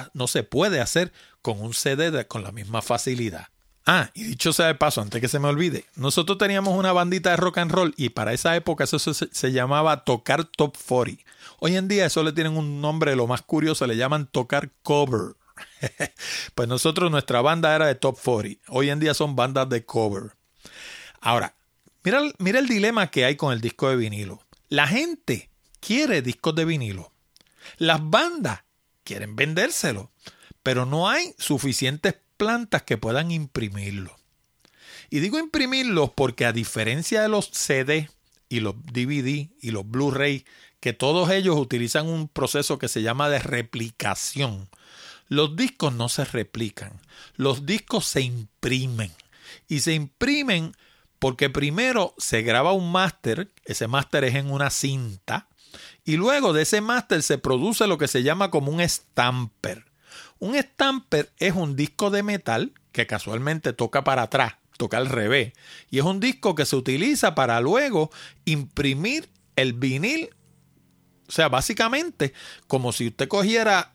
puede hacer con un CD con la misma facilidad. Ah, y dicho sea de paso, antes que se me olvide, nosotros teníamos una bandita de rock and roll y para esa época eso se llamaba tocar top 40. Hoy en día eso le tienen un nombre lo más curioso, le llaman tocar cover. Pues nuestra banda era de top 40. Hoy en día son bandas de cover. Ahora, mira el dilema que hay con el disco de vinilo. La gente quiere discos de vinilo. Las bandas quieren vendérselo, pero no hay suficientes plantas que puedan imprimirlo. Y digo imprimirlos porque a diferencia de los CD y los DVD y los Blu-ray, que todos ellos utilizan un proceso que se llama de replicación, los discos no se replican. Los discos se imprimen. Y se imprimen porque primero se graba un máster, ese máster es en una cinta, y luego de ese máster se produce lo que se llama como un stamper. Un stamper es un disco de metal que casualmente toca para atrás, toca al revés. Y es un disco que se utiliza para luego imprimir el vinil. O sea, básicamente, como si usted cogiera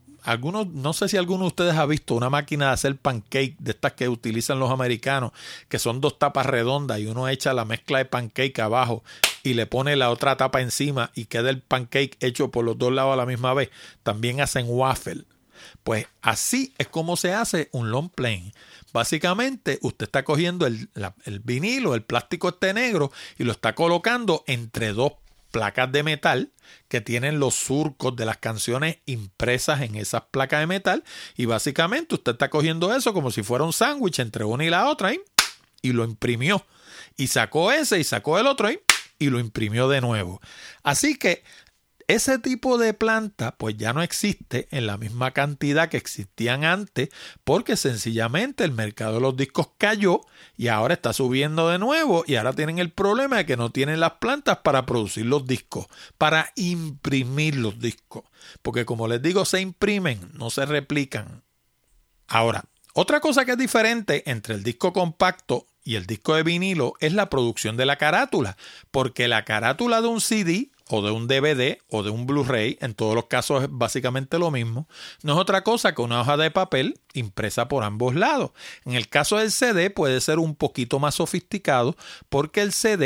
no sé si alguno de ustedes ha visto una máquina de hacer pancake de estas que utilizan los americanos, que son dos tapas redondas y uno echa la mezcla de pancake abajo y le pone la otra tapa encima y queda el pancake hecho por los dos lados a la misma vez. También hacen waffle. Pues así es como se hace un long plane. Básicamente usted está cogiendo el vinilo, el plástico negro y lo está colocando entre dos placas de metal que tienen los surcos de las canciones impresas en esas placas de metal y básicamente usted está cogiendo eso como si fuera un sándwich entre una y la otra y lo imprimió y sacó ese y sacó el otro y lo imprimió de nuevo. Así que ese tipo de planta pues ya no existe en la misma cantidad que existían antes porque sencillamente el mercado de los discos cayó y ahora está subiendo de nuevo y ahora tienen el problema de que no tienen las plantas para producir los discos, para imprimir los discos. Porque como les digo, se imprimen, no se replican. Ahora, otra cosa que es diferente entre el disco compacto y el disco de vinilo es la producción de la carátula, porque la carátula de un CD o de un DVD o de un Blu-ray, en todos los casos es básicamente lo mismo, no es otra cosa que una hoja de papel impresa por ambos lados. En el caso del CD puede ser un poquito más sofisticado porque el CD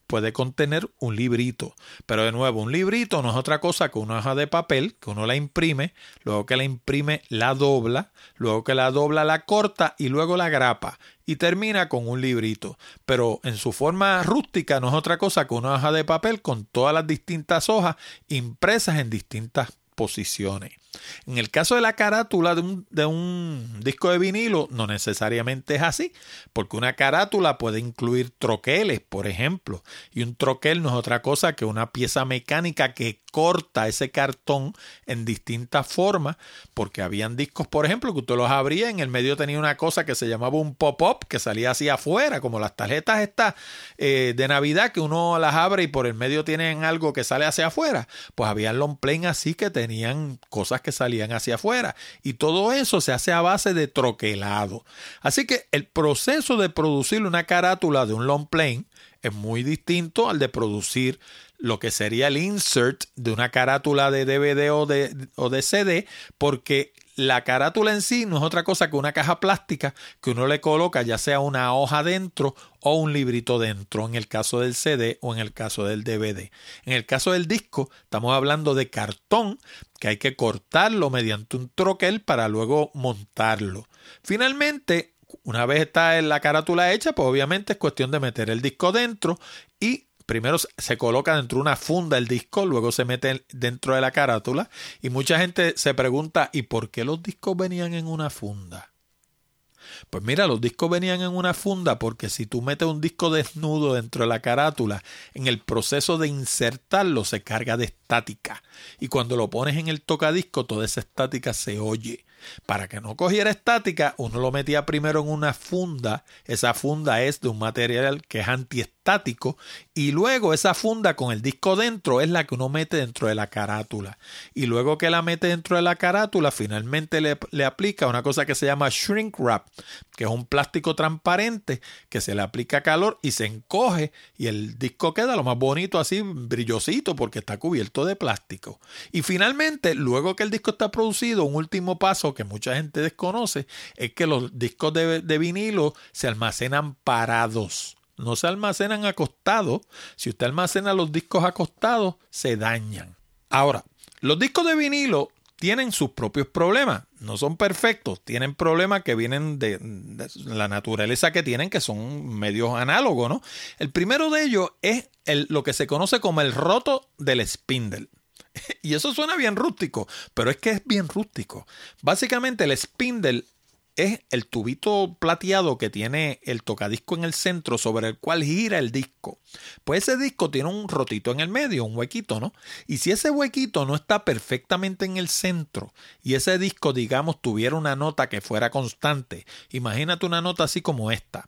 puede contener un librito. Pero de nuevo, un librito no es otra cosa que una hoja de papel, que uno la imprime, luego que la imprime la dobla, luego que la dobla la corta y luego la grapa. Y termina con un librito. Pero en su forma rústica no es otra cosa que una hoja de papel con todas las distintas hojas impresas en distintas posiciones. En el caso de la carátula de un disco de vinilo, no necesariamente es así, porque una carátula puede incluir troqueles, por ejemplo, y un troquel no es otra cosa que una pieza mecánica que corta ese cartón en distintas formas, porque habían discos, por ejemplo, que usted los abría, en el medio tenía una cosa que se llamaba un pop-up, que salía hacia afuera, como las tarjetas estas de Navidad, que uno las abre y por el medio tienen algo que sale hacia afuera. Pues había long plane así que tenían cosas que salían hacia afuera, y todo eso se hace a base de troquelado. Así que el proceso de producir una carátula de un long plane es muy distinto al de producir lo que sería el insert de una carátula de DVD o de CD, porque la carátula en sí no es otra cosa que una caja plástica que uno le coloca ya sea una hoja dentro o un librito dentro, en el caso del CD o en el caso del DVD. En el caso del disco estamos hablando de cartón que hay que cortarlo mediante un troquel para luego montarlo. Finalmente, una vez está la carátula hecha, pues obviamente es cuestión de meter el disco dentro y primero se coloca dentro de una funda el disco, luego se mete dentro de la carátula y mucha gente se pregunta ¿y por qué los discos venían en una funda? Pues mira, los discos venían en una funda porque si tú metes un disco desnudo dentro de la carátula, en el proceso de insertarlo se carga de estática y cuando lo pones en el tocadisco toda esa estática se oye. Para que no cogiera estática, uno lo metía primero en una funda. Esa funda es de un material que es antiestático y luego esa funda con el disco dentro es la que uno mete dentro de la carátula. Y luego que la mete dentro de la carátula, finalmente le aplica una cosa que se llama shrink wrap, que es un plástico transparente que se le aplica calor y se encoge y el disco queda lo más bonito así, brillosito, porque está cubierto de plástico. Y finalmente, luego que el disco está producido, un último paso que mucha gente desconoce es que los discos de vinilo se almacenan parados. No se almacenan acostados. Si usted almacena los discos acostados, se dañan. Ahora, los discos de vinilo tienen sus propios problemas. No son perfectos. Tienen problemas que vienen de la naturaleza que tienen, que son medios análogos, ¿no? El primero de ellos es lo que se conoce como el roto del spindle. Y eso suena bien rústico, pero es que es bien rústico. Básicamente el spindle es el tubito plateado que tiene el tocadisco en el centro sobre el cual gira el disco. Pues ese disco tiene un rotito en el medio, un huequito, ¿no? Y si ese huequito no está perfectamente en el centro y ese disco, digamos, tuviera una nota que fuera constante, imagínate una nota así como esta.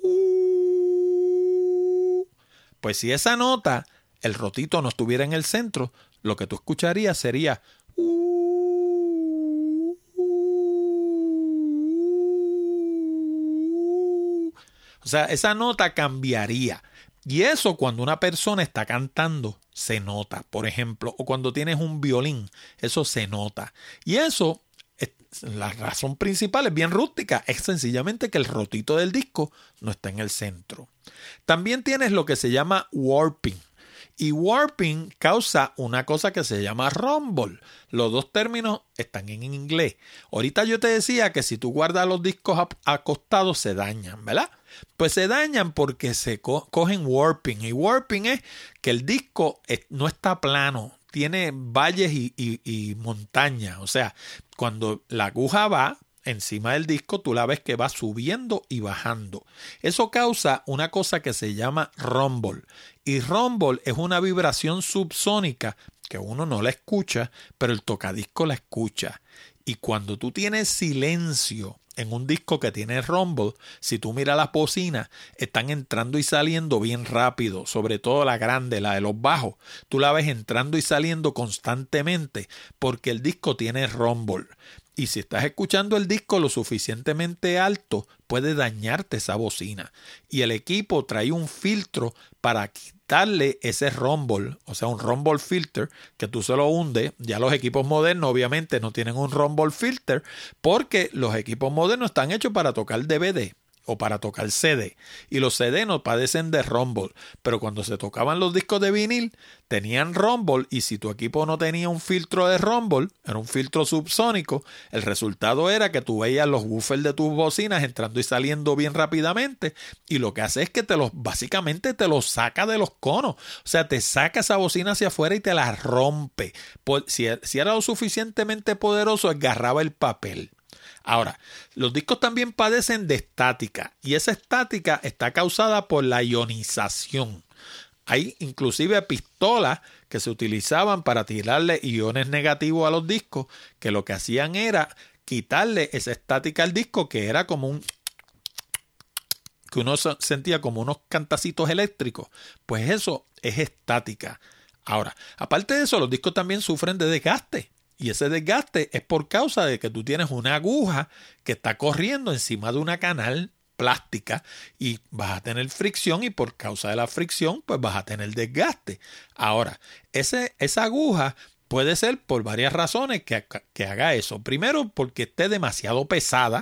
Pues si esa nota, el rotito no estuviera en el centro, lo que tú escucharías sería o sea, esa nota cambiaría. Y eso cuando una persona está cantando se nota, por ejemplo, o cuando tienes un violín, eso se nota. Y eso, la razón principal es bien rústica, es sencillamente que el rotito del disco no está en el centro. También tienes lo que se llama warping. Y warping causa una cosa que se llama rumble. Los dos términos están en inglés. Ahorita yo te decía que si tú guardas los discos acostados se dañan, ¿verdad? Pues se dañan porque se cogen warping. Y warping es que el disco no está plano. Tiene valles y montañas. O sea, cuando la aguja va encima del disco, tú la ves que va subiendo y bajando. Eso causa una cosa que se llama rumble. Y rumble es una vibración subsónica que uno no la escucha, pero el tocadisco la escucha. Y cuando tú tienes silencio en un disco que tiene rumble, si tú miras las bocinas, están entrando y saliendo bien rápido, sobre todo la grande, la de los bajos. Tú la ves entrando y saliendo constantemente porque el disco tiene rumble. Y si estás escuchando el disco lo suficientemente alto, puede dañarte esa bocina. Y el equipo trae un filtro para quitarle ese rumble, o sea, un rumble filter, que tú se lo hundes. Ya los equipos modernos obviamente no tienen un rumble filter, porque los equipos modernos están hechos para tocar DVD o para tocar CD. Y los CD no padecen de rumble, pero cuando se tocaban los discos de vinil tenían rumble, y si tu equipo no tenía un filtro de rumble, era un filtro subsónico, el resultado era que tú veías los woofers de tus bocinas entrando y saliendo bien rápidamente, y lo que hace es que básicamente te los saca de los conos. O sea, te saca esa bocina hacia afuera y te la rompe. Si era lo suficientemente poderoso, agarraba el papel. Ahora, los discos también padecen de estática, y esa estática está causada por la ionización. Hay inclusive pistolas que se utilizaban para tirarle iones negativos a los discos, que lo que hacían era quitarle esa estática al disco, que era como que uno sentía como unos cantacitos eléctricos. Pues eso es estática. Ahora, aparte de eso, los discos también sufren de desgaste. Y ese desgaste es por causa de que tú tienes una aguja que está corriendo encima de una canal plástica y vas a tener fricción, y por causa de la fricción pues vas a tener desgaste. Ahora, esa aguja puede ser por varias razones que haga eso. Primero, porque esté demasiado pesada.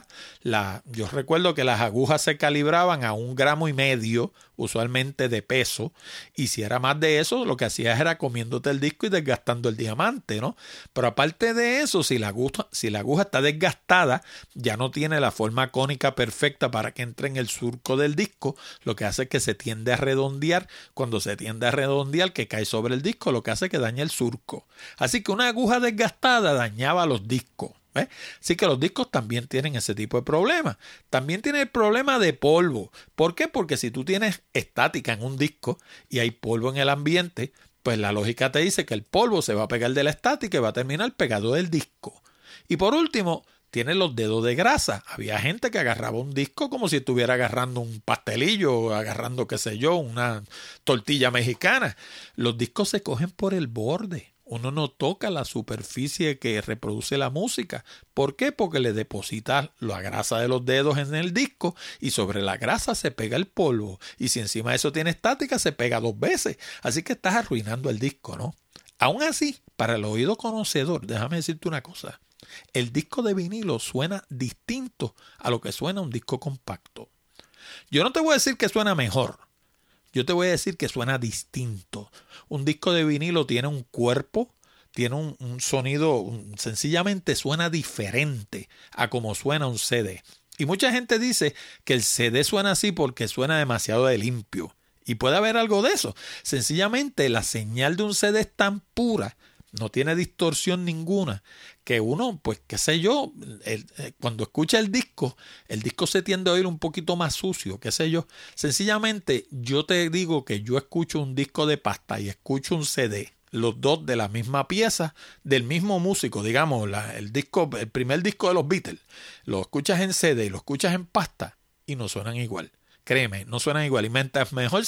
Yo recuerdo que las agujas se calibraban a 1,5 gramos usualmente de peso, y si era más de eso, lo que hacías era comiéndote el disco y desgastando el diamante, ¿no? Pero aparte de eso, si la aguja está desgastada, ya no tiene la forma cónica perfecta para que entre en el surco del disco, lo que hace es que se tiende a redondear. Cuando se tiende a redondear, que cae sobre el disco, lo que hace es que daña el surco. Así que una aguja desgastada dañaba los discos. Así que los discos también tienen ese tipo de problemas. También tiene el problema de polvo. ¿Por qué? Porque si tú tienes estática en un disco y hay polvo en el ambiente, pues la lógica te dice que el polvo se va a pegar de la estática y va a terminar pegado del disco. Y por último, tiene los dedos de grasa. Había gente que agarraba un disco como si estuviera agarrando un pastelillo o agarrando, qué sé yo, una tortilla mexicana. Los discos se cogen por el borde. Uno no toca la superficie que reproduce la música. ¿Por qué? Porque le depositas la grasa de los dedos en el disco y sobre la grasa se pega el polvo. Y si encima de eso tiene estática, se pega 2 veces. Así que estás arruinando el disco, ¿no? Aún así, para el oído conocedor, déjame decirte una cosa. El disco de vinilo suena distinto a lo que suena un disco compacto. Yo no te voy a decir que suena mejor. Yo te voy a decir que suena distinto. Un disco de vinilo tiene un cuerpo, tiene un sonido, sencillamente suena diferente a como suena un CD. Y mucha gente dice que el CD suena así porque suena demasiado de limpio. Y puede haber algo de eso. Sencillamente la señal de un CD es tan pura, no tiene distorsión ninguna, que uno, pues qué sé yo, cuando escucha el disco se tiende a oír un poquito más sucio, qué sé yo. Sencillamente yo te digo que yo escucho un disco de pasta y escucho un CD, los dos de la misma pieza, del mismo músico, digamos, el primer disco de los Beatles, lo escuchas en CD y lo escuchas en pasta y no suenan igual. Créeme, no suenan igual. Y mientras mejor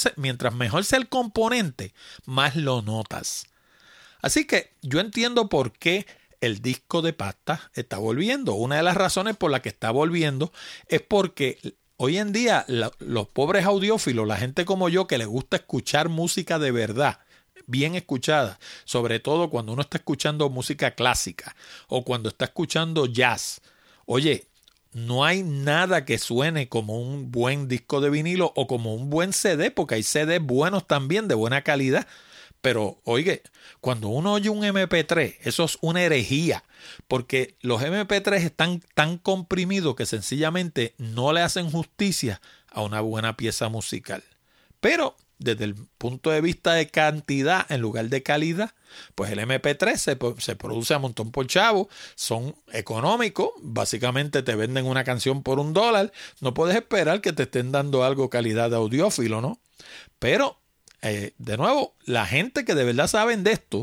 sea el componente, más lo notas. Así que yo entiendo por qué el disco de pasta está volviendo. Una de las razones por la que está volviendo es porque hoy en día los pobres audiófilos, la gente como yo que le gusta escuchar música de verdad, bien escuchada, sobre todo cuando uno está escuchando música clásica o cuando está escuchando jazz. Oye, no hay nada que suene como un buen disco de vinilo o como un buen CD, porque hay CDs buenos también, de buena calidad. Pero, oye, cuando uno oye un MP3, eso es una herejía, porque los MP3 están tan comprimidos que sencillamente no le hacen justicia a una buena pieza musical. Pero, desde el punto de vista de cantidad en lugar de calidad, pues el MP3 se produce a montón por chavo, son económicos, básicamente te venden una canción por $1, no puedes esperar que te estén dando algo calidad de audiófilo, ¿no? Pero de nuevo, la gente que de verdad saben de esto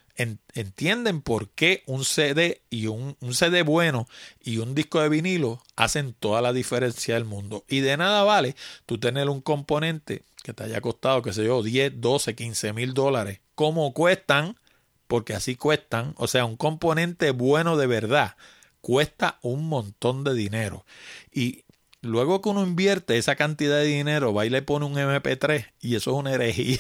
entienden por qué un CD y un CD bueno y un disco de vinilo hacen toda la diferencia del mundo. Y de nada vale tú tener un componente que te haya costado, qué sé yo, 10, 12, 15 mil dólares, como cuestan, porque así cuestan. O sea, un componente bueno de verdad cuesta un montón de dinero. Y luego que uno invierte esa cantidad de dinero, va y le pone un MP3 y eso es una herejía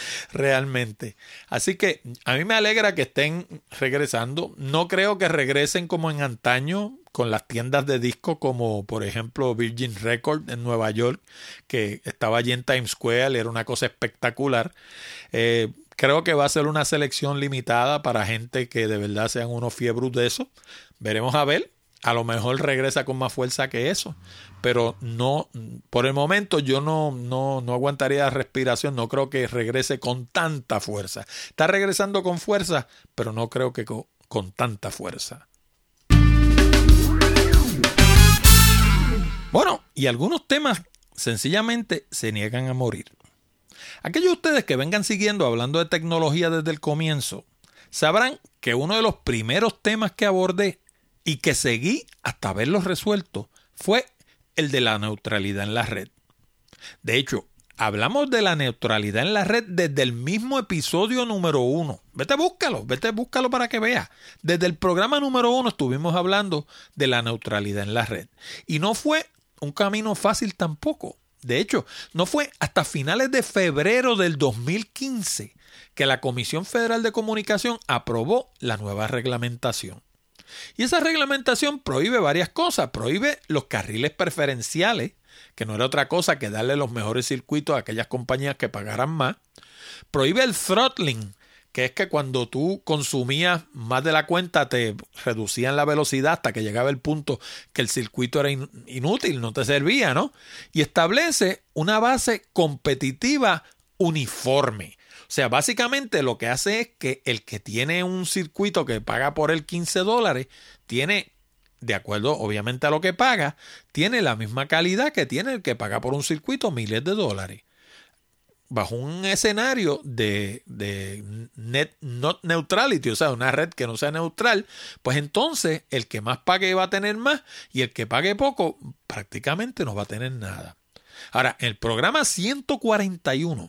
realmente. Así que a mí me alegra que estén regresando. No creo que regresen como en antaño con las tiendas de disco como por ejemplo Virgin Records en Nueva York, que estaba allí en Times Square, era una cosa espectacular. Creo que va a ser una selección limitada para gente que de verdad sean unos fiebros de eso. Veremos a ver. A lo mejor regresa con más fuerza que eso. Pero no, por el momento yo no aguantaría la respiración. No creo que regrese con tanta fuerza. Está regresando con fuerza, pero no creo que con tanta fuerza. Bueno, y algunos temas sencillamente se niegan a morir. Aquellos de ustedes que vengan siguiendo hablando de tecnología desde el comienzo, sabrán que uno de los primeros temas que abordé y que seguí hasta verlos resueltos fue el de la neutralidad en la red. De hecho, hablamos de la neutralidad en la red desde el mismo episodio número 1. Vete, búscalo para que veas. Desde el programa número 1 estuvimos hablando de la neutralidad en la red. Y no fue un camino fácil tampoco. De hecho, no fue hasta finales de febrero del 2015 que la Comisión Federal de Comunicación aprobó la nueva reglamentación. Y esa reglamentación prohíbe varias cosas. Prohíbe los carriles preferenciales, que no era otra cosa que darle los mejores circuitos a aquellas compañías que pagaran más. Prohíbe el throttling, que es que cuando tú consumías más de la cuenta te reducían la velocidad hasta que llegaba el punto que el circuito era inútil, no te servía, ¿no? Y establece una base competitiva uniforme. O sea, básicamente lo que hace es que el que tiene un circuito que paga por él $15, tiene, de acuerdo obviamente a lo que paga, tiene la misma calidad que tiene el que paga por un circuito miles de dólares. Bajo un escenario de net not neutrality, o sea, una red que no sea neutral, pues entonces el que más pague va a tener más y el que pague poco prácticamente no va a tener nada. Ahora, el programa 141,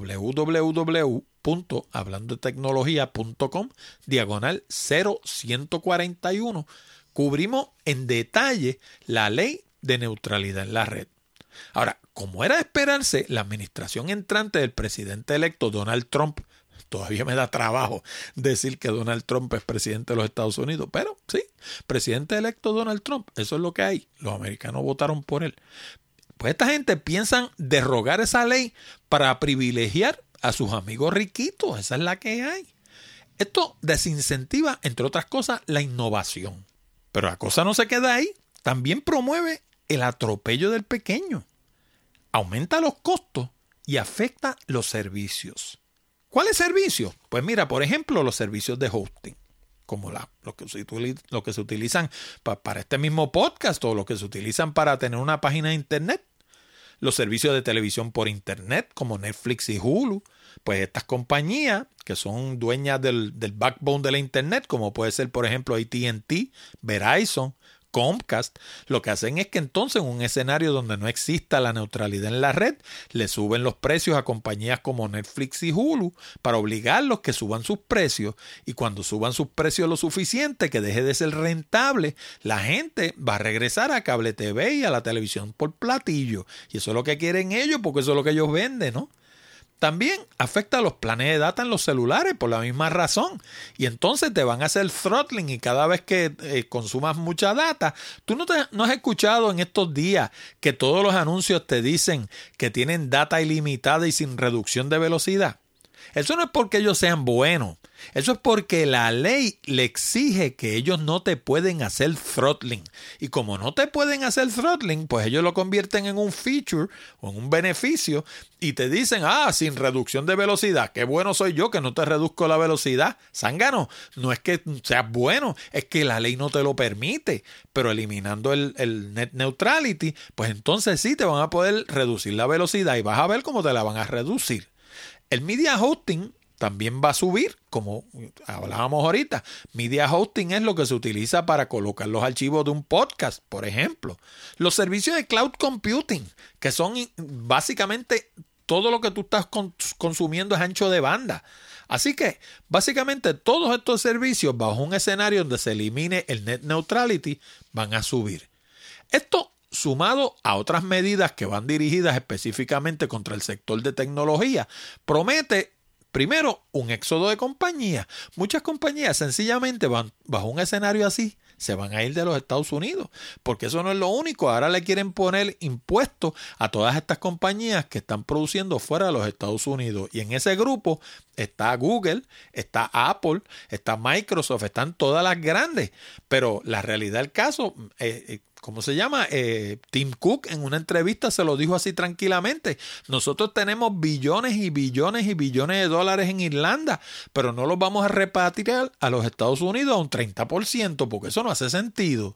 www.hablandotecnologia.com/0141, cubrimos en detalle la ley de neutralidad en la red. Ahora, como era de esperarse, la administración entrante del presidente electo Donald Trump, todavía me da trabajo decir que Donald Trump es presidente de los Estados Unidos, pero sí, presidente electo Donald Trump, eso es lo que hay. Los americanos votaron por él. Pues esta gente piensan derrogar esa ley para privilegiar a sus amigos riquitos. Esa es la que hay. Esto desincentiva, entre otras cosas, la innovación. Pero la cosa no se queda ahí. También promueve el atropello del pequeño. Aumenta los costos y afecta los servicios. ¿Cuáles servicios? Pues mira, por ejemplo, los servicios de hosting, como los que se utilizan para este mismo podcast o los que se utilizan para tener una página de internet. Los servicios de televisión por internet como Netflix y Hulu. Pues estas compañías que son dueñas del backbone de la internet, como puede ser por ejemplo AT&T, Verizon, Comcast, lo que hacen es que entonces en un escenario donde no exista la neutralidad en la red, le suben los precios a compañías como Netflix y Hulu para obligarlos que suban sus precios, y cuando suban sus precios lo suficiente que deje de ser rentable, la gente va a regresar a cable TV y a la televisión por platillo, y eso es lo que quieren ellos porque eso es lo que ellos venden, ¿no? También afecta a los planes de data en los celulares por la misma razón. Y entonces te van a hacer throttling y cada vez que consumas mucha data, tú no has escuchado en estos días que todos los anuncios te dicen que tienen data ilimitada y sin reducción de velocidad. Eso no es porque ellos sean buenos. Eso es porque la ley le exige que ellos no te pueden hacer throttling. Y como no te pueden hacer throttling, pues ellos lo convierten en un feature o en un beneficio y te dicen, sin reducción de velocidad. Qué bueno soy yo que no te reduzco la velocidad. Zángano, no es que seas bueno, es que la ley no te lo permite. Pero eliminando el net neutrality, pues entonces sí te van a poder reducir la velocidad y vas a ver cómo te la van a reducir. El media hosting también va a subir, como hablábamos ahorita. Media hosting es lo que se utiliza para colocar los archivos de un podcast, por ejemplo. Los servicios de cloud computing, que son básicamente todo lo que tú estás consumiendo es ancho de banda. Así que, básicamente, todos estos servicios, bajo un escenario donde se elimine el net neutrality, van a subir. Esto, sumado a otras medidas que van dirigidas específicamente contra el sector de tecnología, promete, primero, un éxodo de compañías. Muchas compañías sencillamente van bajo un escenario así, se van a ir de los Estados Unidos, porque eso no es lo único. Ahora le quieren poner impuestos a todas estas compañías que están produciendo fuera de los Estados Unidos. Y en ese grupo está Google, está Apple, está Microsoft, están todas las grandes. Pero la realidad del caso, ¿cómo se llama? Tim Cook en una entrevista se lo dijo así tranquilamente. Nosotros tenemos billones y billones y billones de dólares en Irlanda, pero no los vamos a repatriar a los Estados Unidos a un 30%, porque eso no hace sentido.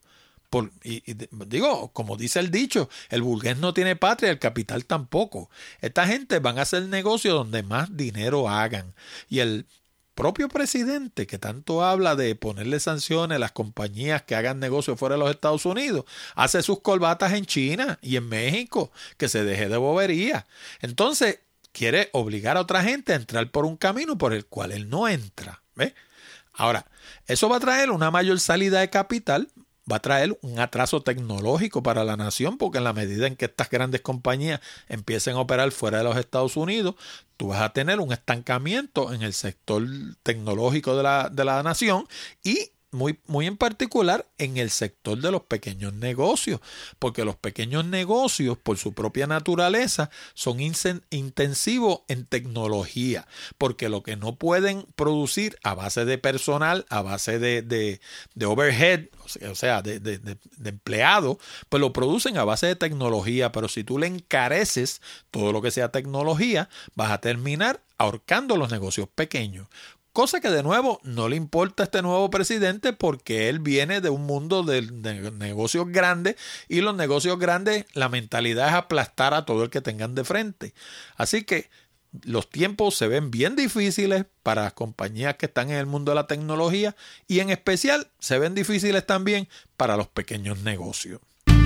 Digo, como dice el dicho, el burgués no tiene patria, el capital tampoco. Esta gente van a hacer negocio donde más dinero hagan. Y el propio presidente, que tanto habla de ponerle sanciones a las compañías que hagan negocio fuera de los Estados Unidos, hace sus corbatas en China y en México, que se deje de bobería. Entonces, quiere obligar a otra gente a entrar por un camino por el cual él no entra. ¿Ves? Ahora, eso va a traer una mayor salida de capital, va a traer un atraso tecnológico para la nación, porque en la medida en que estas grandes compañías empiecen a operar fuera de los Estados Unidos, tú vas a tener un estancamiento en el sector tecnológico de la nación y muy en particular en el sector de los pequeños negocios, porque los pequeños negocios por su propia naturaleza son intensivos en tecnología, porque lo que no pueden producir a base de personal, a base de overhead, o sea, de empleados, pues lo producen a base de tecnología, pero si tú le encareces todo lo que sea tecnología, vas a terminar ahorcando los negocios pequeños. Cosa que de nuevo no le importa a este nuevo presidente, porque él viene de un mundo de negocios grandes, y los negocios grandes, la mentalidad es aplastar a todo el que tengan de frente. Así que los tiempos se ven bien difíciles para las compañías que están en el mundo de la tecnología, y en especial se ven difíciles también para los pequeños negocios.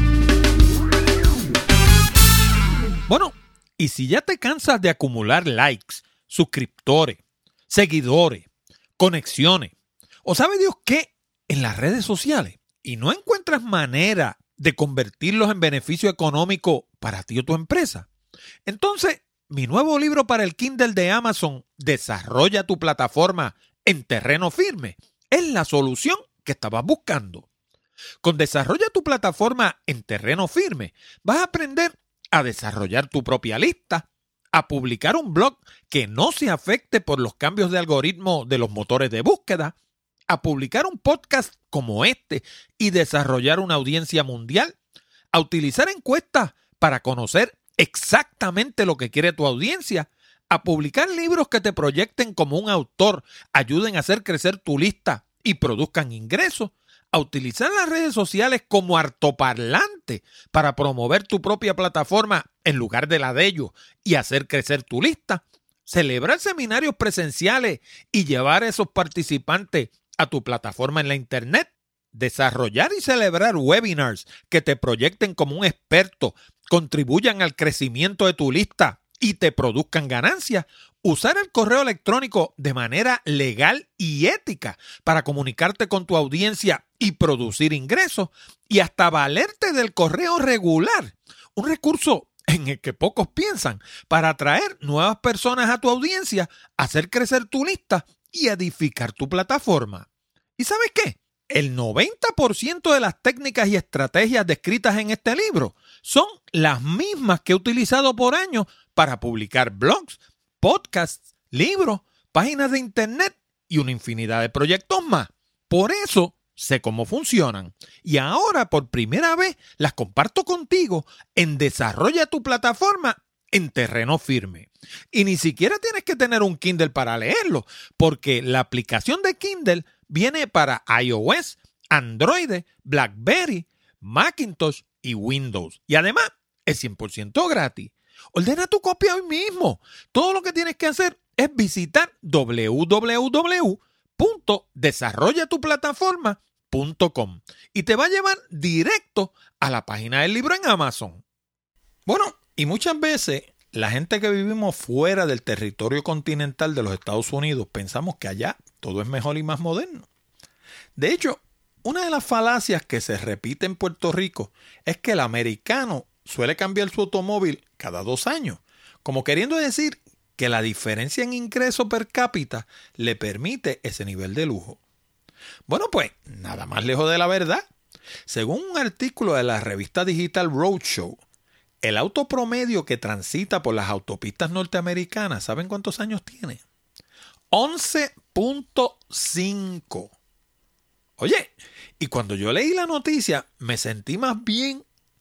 Bueno, y si ya te cansas de acumular likes, suscriptores, seguidores, conexiones, o sabe Dios qué, en las redes sociales, y no encuentras manera de convertirlos en beneficio económico para ti o tu empresa, entonces mi nuevo libro para el Kindle de Amazon, Desarrolla tu plataforma en terreno firme, es la solución que estabas buscando. Con Desarrolla tu plataforma en terreno firme, vas a aprender a desarrollar tu propia lista, a publicar un blog que no se afecte por los cambios de algoritmo de los motores de búsqueda, a publicar un podcast como este y desarrollar una audiencia mundial, a utilizar encuestas para conocer exactamente lo que quiere tu audiencia, a publicar libros que te proyecten como un autor, ayuden a hacer crecer tu lista y produzcan ingresos, a utilizar las redes sociales como altoparlante para promover tu propia plataforma en lugar de la de ellos y hacer crecer tu lista, celebrar seminarios presenciales y llevar a esos participantes a tu plataforma en la internet, desarrollar y celebrar webinars que te proyecten como un experto, contribuyan al crecimiento de tu lista y te produzcan ganancias, usar el correo electrónico de manera legal y ética para comunicarte con tu audiencia y producir ingresos, y hasta valerte del correo regular, un recurso en el que pocos piensan, para atraer nuevas personas a tu audiencia, hacer crecer tu lista y edificar tu plataforma. ¿Y sabes qué? El 90% de las técnicas y estrategias descritas en este libro son las mismas que he utilizado por años para publicar blogs, podcasts, libros, páginas de internet y una infinidad de proyectos más. Por eso sé cómo funcionan, y ahora por primera vez las comparto contigo en Desarrolla tu plataforma en terreno firme. Y ni siquiera tienes que tener un Kindle para leerlo, porque la aplicación de Kindle viene para iOS, Android, BlackBerry, Macintosh y Windows. Y además es 100% gratis. Ordena tu copia hoy mismo. Todo lo que tienes que hacer es visitar www.desarrollatuplataforma.com y te va a llevar directo a la página del libro en Amazon. Bueno, y muchas veces la gente que vivimos fuera del territorio continental de los Estados Unidos pensamos que allá todo es mejor y más moderno. De hecho, una de las falacias que se repite en Puerto Rico es que el americano suele cambiar su automóvil cada 2 años, como queriendo decir que la diferencia en ingreso per cápita le permite ese nivel de lujo. Bueno, pues nada más lejos de la verdad. Según un artículo de la revista digital Roadshow, el auto promedio que transita por las autopistas norteamericanas, ¿saben cuántos años tiene? 11.5. Oye, y cuando yo leí la noticia me sentí más bien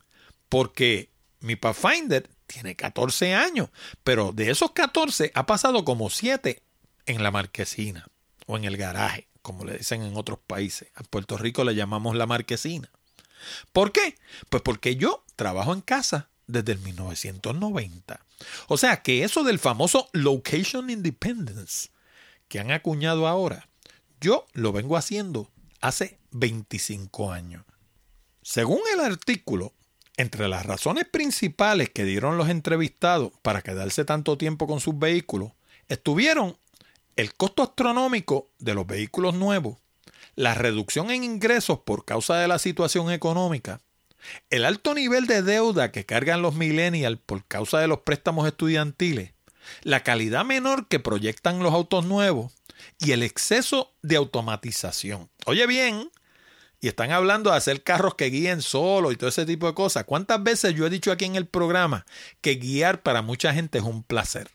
porque mi Pathfinder tiene 14 años, pero de esos 14 ha pasado como 7 en la marquesina o en el garaje, como le dicen en otros países. A Puerto Rico le llamamos la marquesina. ¿Por qué? Pues porque yo trabajo en casa desde el 1990. O sea que eso del famoso Location Independence que han acuñado ahora, yo lo vengo haciendo hace 25 años. Según el artículo, entre las razones principales que dieron los entrevistados para quedarse tanto tiempo con sus vehículos, estuvieron el costo astronómico de los vehículos nuevos, la reducción en ingresos por causa de la situación económica, el alto nivel de deuda que cargan los millennials por causa de los préstamos estudiantiles, la calidad menor que proyectan los autos nuevos y el exceso de automatización. Oye bien, y están hablando de hacer carros que guíen solo y todo ese tipo de cosas. ¿Cuántas veces yo he dicho aquí en el programa que guiar para mucha gente es un placer?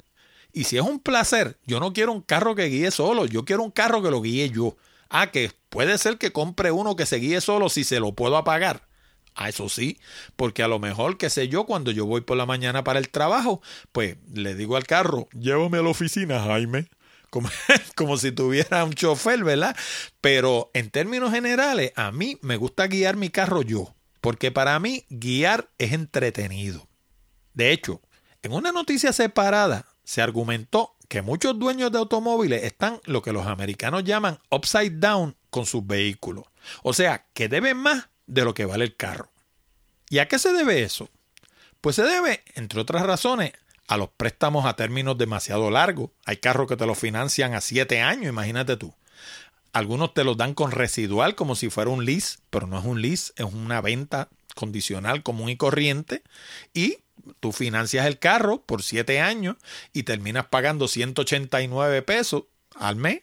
Y si es un placer, yo no quiero un carro que guíe solo, yo quiero un carro que lo guíe yo. Que puede ser que compre uno que se guíe solo si se lo puedo apagar. Eso sí, porque a lo mejor, qué sé yo, cuando yo voy por la mañana para el trabajo, pues le digo al carro, llévame a la oficina, Jaime. Como si tuviera un chofer, ¿verdad? Pero en términos generales, a mí me gusta guiar mi carro yo, porque para mí guiar es entretenido. De hecho, en una noticia separada se argumentó que muchos dueños de automóviles están lo que los americanos llaman upside down con sus vehículos. O sea, que deben más de lo que vale el carro. ¿Y a qué se debe eso? Pues se debe, entre otras razones, a los préstamos a términos demasiado largos. Hay carros que te los financian a 7 años, imagínate tú. Algunos te los dan con residual como si fuera un lease, pero no es un lease, es una venta condicional común y corriente. Y tú financias el carro por 7 años y terminas pagando 189 pesos al mes,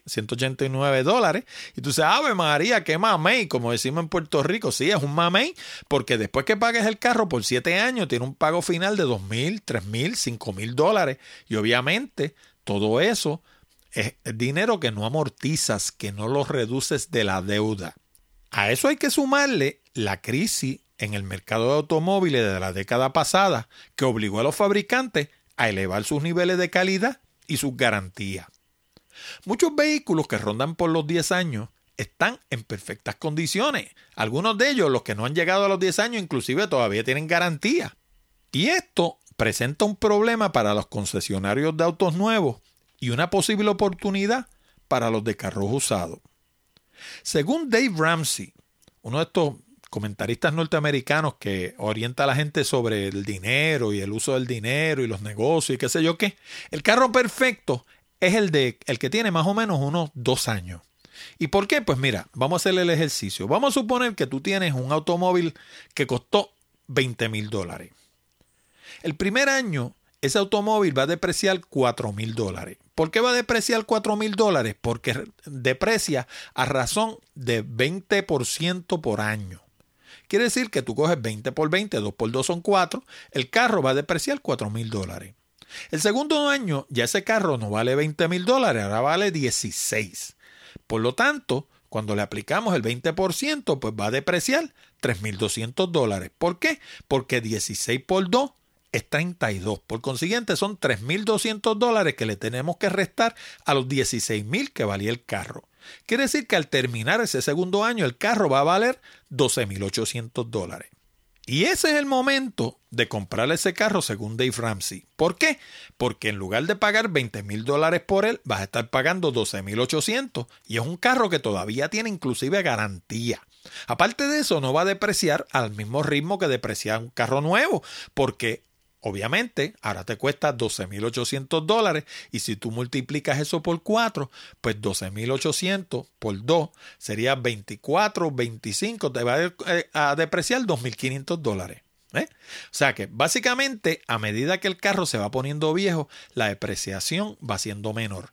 $189. Y tú dices, Ave María, qué mamey, como decimos en Puerto Rico. Sí, es un mamey, porque después que pagues el carro por 7 años, tiene un pago final de $2,000, $3,000, $5,000. Y obviamente, todo eso es dinero que no amortizas, que no lo reduces de la deuda. A eso hay que sumarle la crisis en el mercado de automóviles de la década pasada, que obligó a los fabricantes a elevar sus niveles de calidad y sus garantías. Muchos vehículos que rondan por los 10 años están en perfectas condiciones. Algunos de ellos, los que no han llegado a los 10 años, inclusive todavía tienen garantía. Y esto presenta un problema para los concesionarios de autos nuevos y una posible oportunidad para los de carros usados. Según Dave Ramsey, uno de estos comentaristas norteamericanos que orienta a la gente sobre el dinero y el uso del dinero y los negocios y qué sé yo qué, el carro perfecto es el que tiene más o menos unos 2 años. ¿Y por qué? Pues mira, vamos a hacerle el ejercicio. Vamos a suponer que tú tienes un automóvil que costó $20,000. El primer año, ese automóvil va a depreciar $4,000. ¿Por qué va a depreciar $4,000? Porque deprecia a razón de 20% por año. Quiere decir que tú coges 20 por 20, 2 por 2 son 4, el carro va a depreciar $4,000. El segundo año ya ese carro no vale $20,000, ahora vale 16. Por lo tanto, cuando le aplicamos el 20%, pues va a depreciar $3,200. ¿Por qué? Porque 16 por 2 es 32. Por consiguiente, son $3,200 que le tenemos que restar a los $16,000 que valía el carro. Quiere decir que al terminar ese segundo año, el carro va a valer $12,800. Y ese es el momento de comprar ese carro según Dave Ramsey. ¿Por qué? Porque en lugar de pagar $20,000 por él, vas a estar pagando $12,800 y es un carro que todavía tiene inclusive garantía. Aparte de eso, no va a depreciar al mismo ritmo que deprecia un carro nuevo, porque obviamente ahora te cuesta $12,800 y si tú multiplicas eso por 4, pues 12,800 por 2 sería 24, 25, te va a depreciar $2,500. O sea que básicamente a medida que el carro se va poniendo viejo, la depreciación va siendo menor.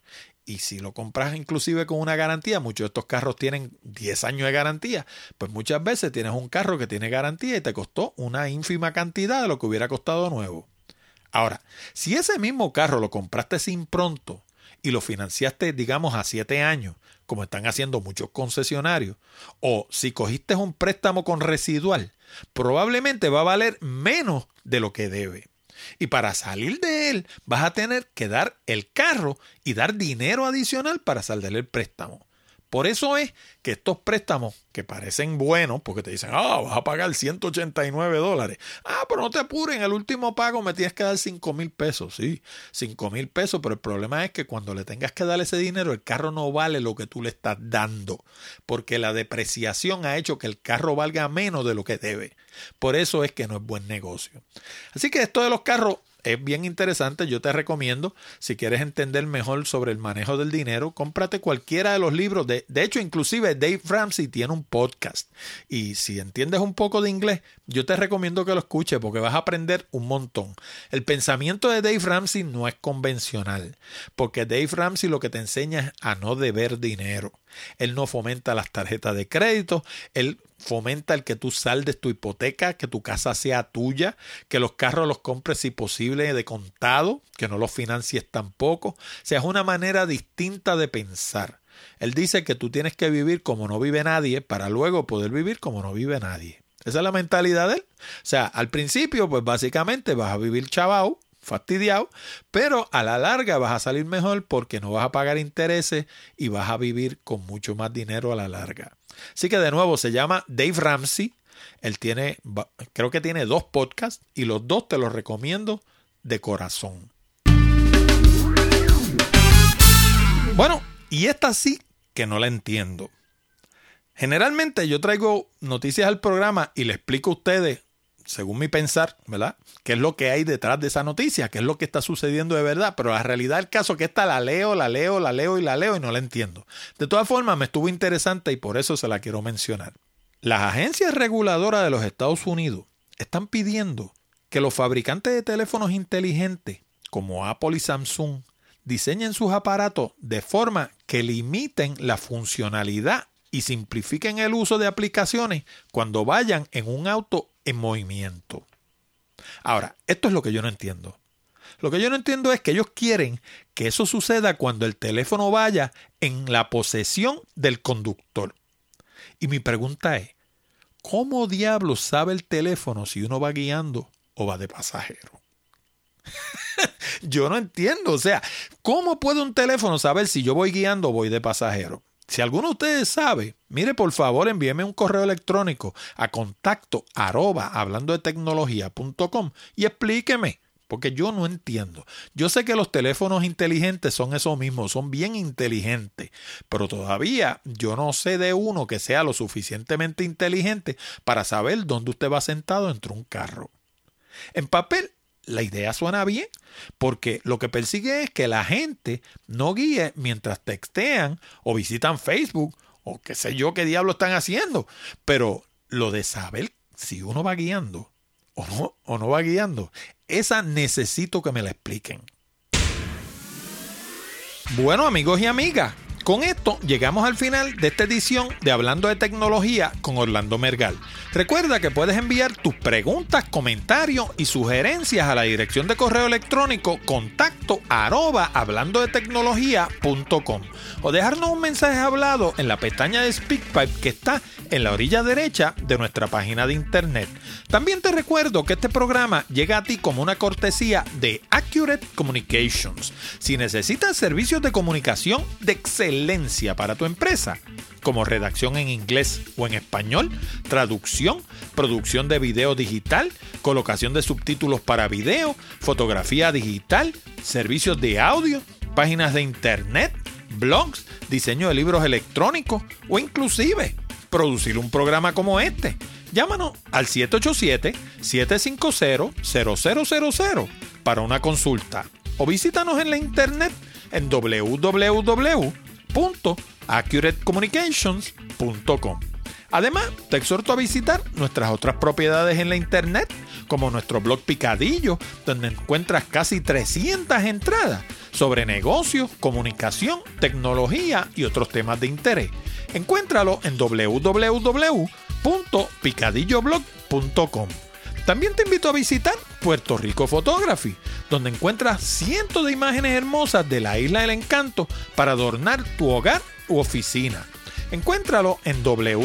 y si lo compras inclusive con una garantía, muchos de estos carros tienen 10 años de garantía, pues muchas veces tienes un carro que tiene garantía y te costó una ínfima cantidad de lo que hubiera costado nuevo. Ahora, si ese mismo carro lo compraste sin pronto y lo financiaste, digamos, a 7 años, como están haciendo muchos concesionarios, o si cogiste un préstamo con residual, probablemente va a valer menos de lo que debe. Y para salir de él vas a tener que dar el carro y dar dinero adicional para saldar el préstamo. Por eso es que estos préstamos que parecen buenos, porque te dicen, vas a pagar $189. Pero no te apures, en el último pago me tienes que dar $5,000. Sí, $5,000, pero el problema es que cuando le tengas que dar ese dinero, el carro no vale lo que tú le estás dando, porque la depreciación ha hecho que el carro valga menos de lo que debe. Por eso es que no es buen negocio. Así que esto de los carros es bien interesante. Yo te recomiendo, si quieres entender mejor sobre el manejo del dinero, cómprate cualquiera de los libros. De hecho, inclusive Dave Ramsey tiene un podcast. Y si entiendes un poco de inglés, yo te recomiendo que lo escuches porque vas a aprender un montón. El pensamiento de Dave Ramsey no es convencional, porque Dave Ramsey lo que te enseña es a no deber dinero. Él no fomenta las tarjetas de crédito, él fomenta el que tú saldes tu hipoteca, que tu casa sea tuya, que los carros los compres si posible de contado, que no los financies tampoco. O sea, es una manera distinta de pensar. Él dice que tú tienes que vivir como no vive nadie para luego poder vivir como no vive nadie. Esa es la mentalidad de él. O sea, al principio, pues básicamente vas a vivir chavao, fastidiado, pero a la larga vas a salir mejor porque no vas a pagar intereses y vas a vivir con mucho más dinero a la larga. Así que de nuevo se llama Dave Ramsey. Él creo que tiene 2 podcasts y los 2 te los recomiendo de corazón. Bueno, y esta sí que no la entiendo. Generalmente yo traigo noticias al programa y le explico a ustedes, según mi pensar, ¿verdad?, qué es lo que hay detrás de esa noticia, qué es lo que está sucediendo de verdad. Pero la realidad del caso es que esta la leo y no la entiendo. De todas formas, me estuvo interesante y por eso se la quiero mencionar. Las agencias reguladoras de los Estados Unidos están pidiendo que los fabricantes de teléfonos inteligentes, como Apple y Samsung, diseñen sus aparatos de forma que limiten la funcionalidad y simplifiquen el uso de aplicaciones cuando vayan en un auto en movimiento. Ahora, esto es lo que yo no entiendo. Lo que yo no entiendo es que ellos quieren que eso suceda cuando el teléfono vaya en la posesión del conductor. Y mi pregunta es, ¿cómo diablos sabe el teléfono si uno va guiando o va de pasajero? Yo no entiendo. O sea, ¿cómo puede un teléfono saber si yo voy guiando o voy de pasajero? Si alguno de ustedes sabe, mire, por favor, envíeme un correo electrónico a contacto@hablandodetecnologia.com y explíqueme, porque yo no entiendo. Yo sé que los teléfonos inteligentes son eso mismo, son bien inteligentes, pero todavía yo no sé de uno que sea lo suficientemente inteligente para saber dónde usted va sentado dentro de un carro. En papel, la idea suena bien, porque lo que persigue es que la gente no guíe mientras textean o visitan Facebook o qué sé yo qué diablo están haciendo. Pero lo de saber si uno va guiando o no va guiando, esa necesito que me la expliquen. Bueno, amigos y amigas, con esto llegamos al final de esta edición de Hablando de Tecnología con Orlando Mergal. Recuerda que puedes enviar tus preguntas, comentarios y sugerencias a la dirección de correo electrónico contacto@hablandodetecnologia.com o dejarnos un mensaje hablado en la pestaña de SpeakPipe que está en la orilla derecha de nuestra página de internet. También te recuerdo que este programa llega a ti como una cortesía de Accurate Communications. Si necesitas servicios de comunicación de excelencia para tu empresa, como redacción en inglés o en español, traducción, producción de video digital, colocación de subtítulos para video, fotografía digital, servicios de audio, páginas de internet, blogs, diseño de libros electrónicos o inclusive producir un programa como este. Llámanos al 787-750-0000 para una consulta o visítanos en la internet en www.accuratecommunications.com. Además, te exhorto a visitar nuestras otras propiedades en la internet, como nuestro blog Picadillo, donde encuentras casi 300 entradas sobre negocios, comunicación, tecnología y otros temas de interés. Encuéntralo en www.picadilloblog.com. También te invito a visitar Puerto Rico Photography, donde encuentras cientos de imágenes hermosas de la Isla del Encanto para adornar tu hogar u oficina. Encuéntralo en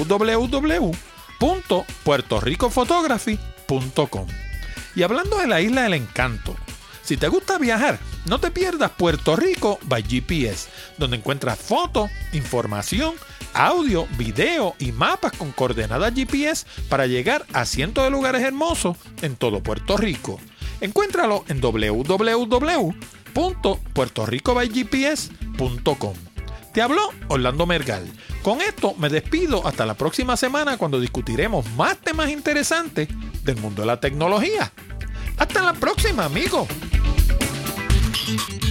www.puertoricophotography.com. Y hablando de la Isla del Encanto, si te gusta viajar, no te pierdas Puerto Rico by GPS, donde encuentras fotos, información, audio, video y mapas con coordenadas GPS para llegar a cientos de lugares hermosos en todo Puerto Rico. Encuéntralo en www.puertoricobygps.com. Te habló Orlando Mergal. Con esto me despido hasta la próxima semana cuando discutiremos más temas interesantes del mundo de la tecnología. Hasta la próxima, amigos.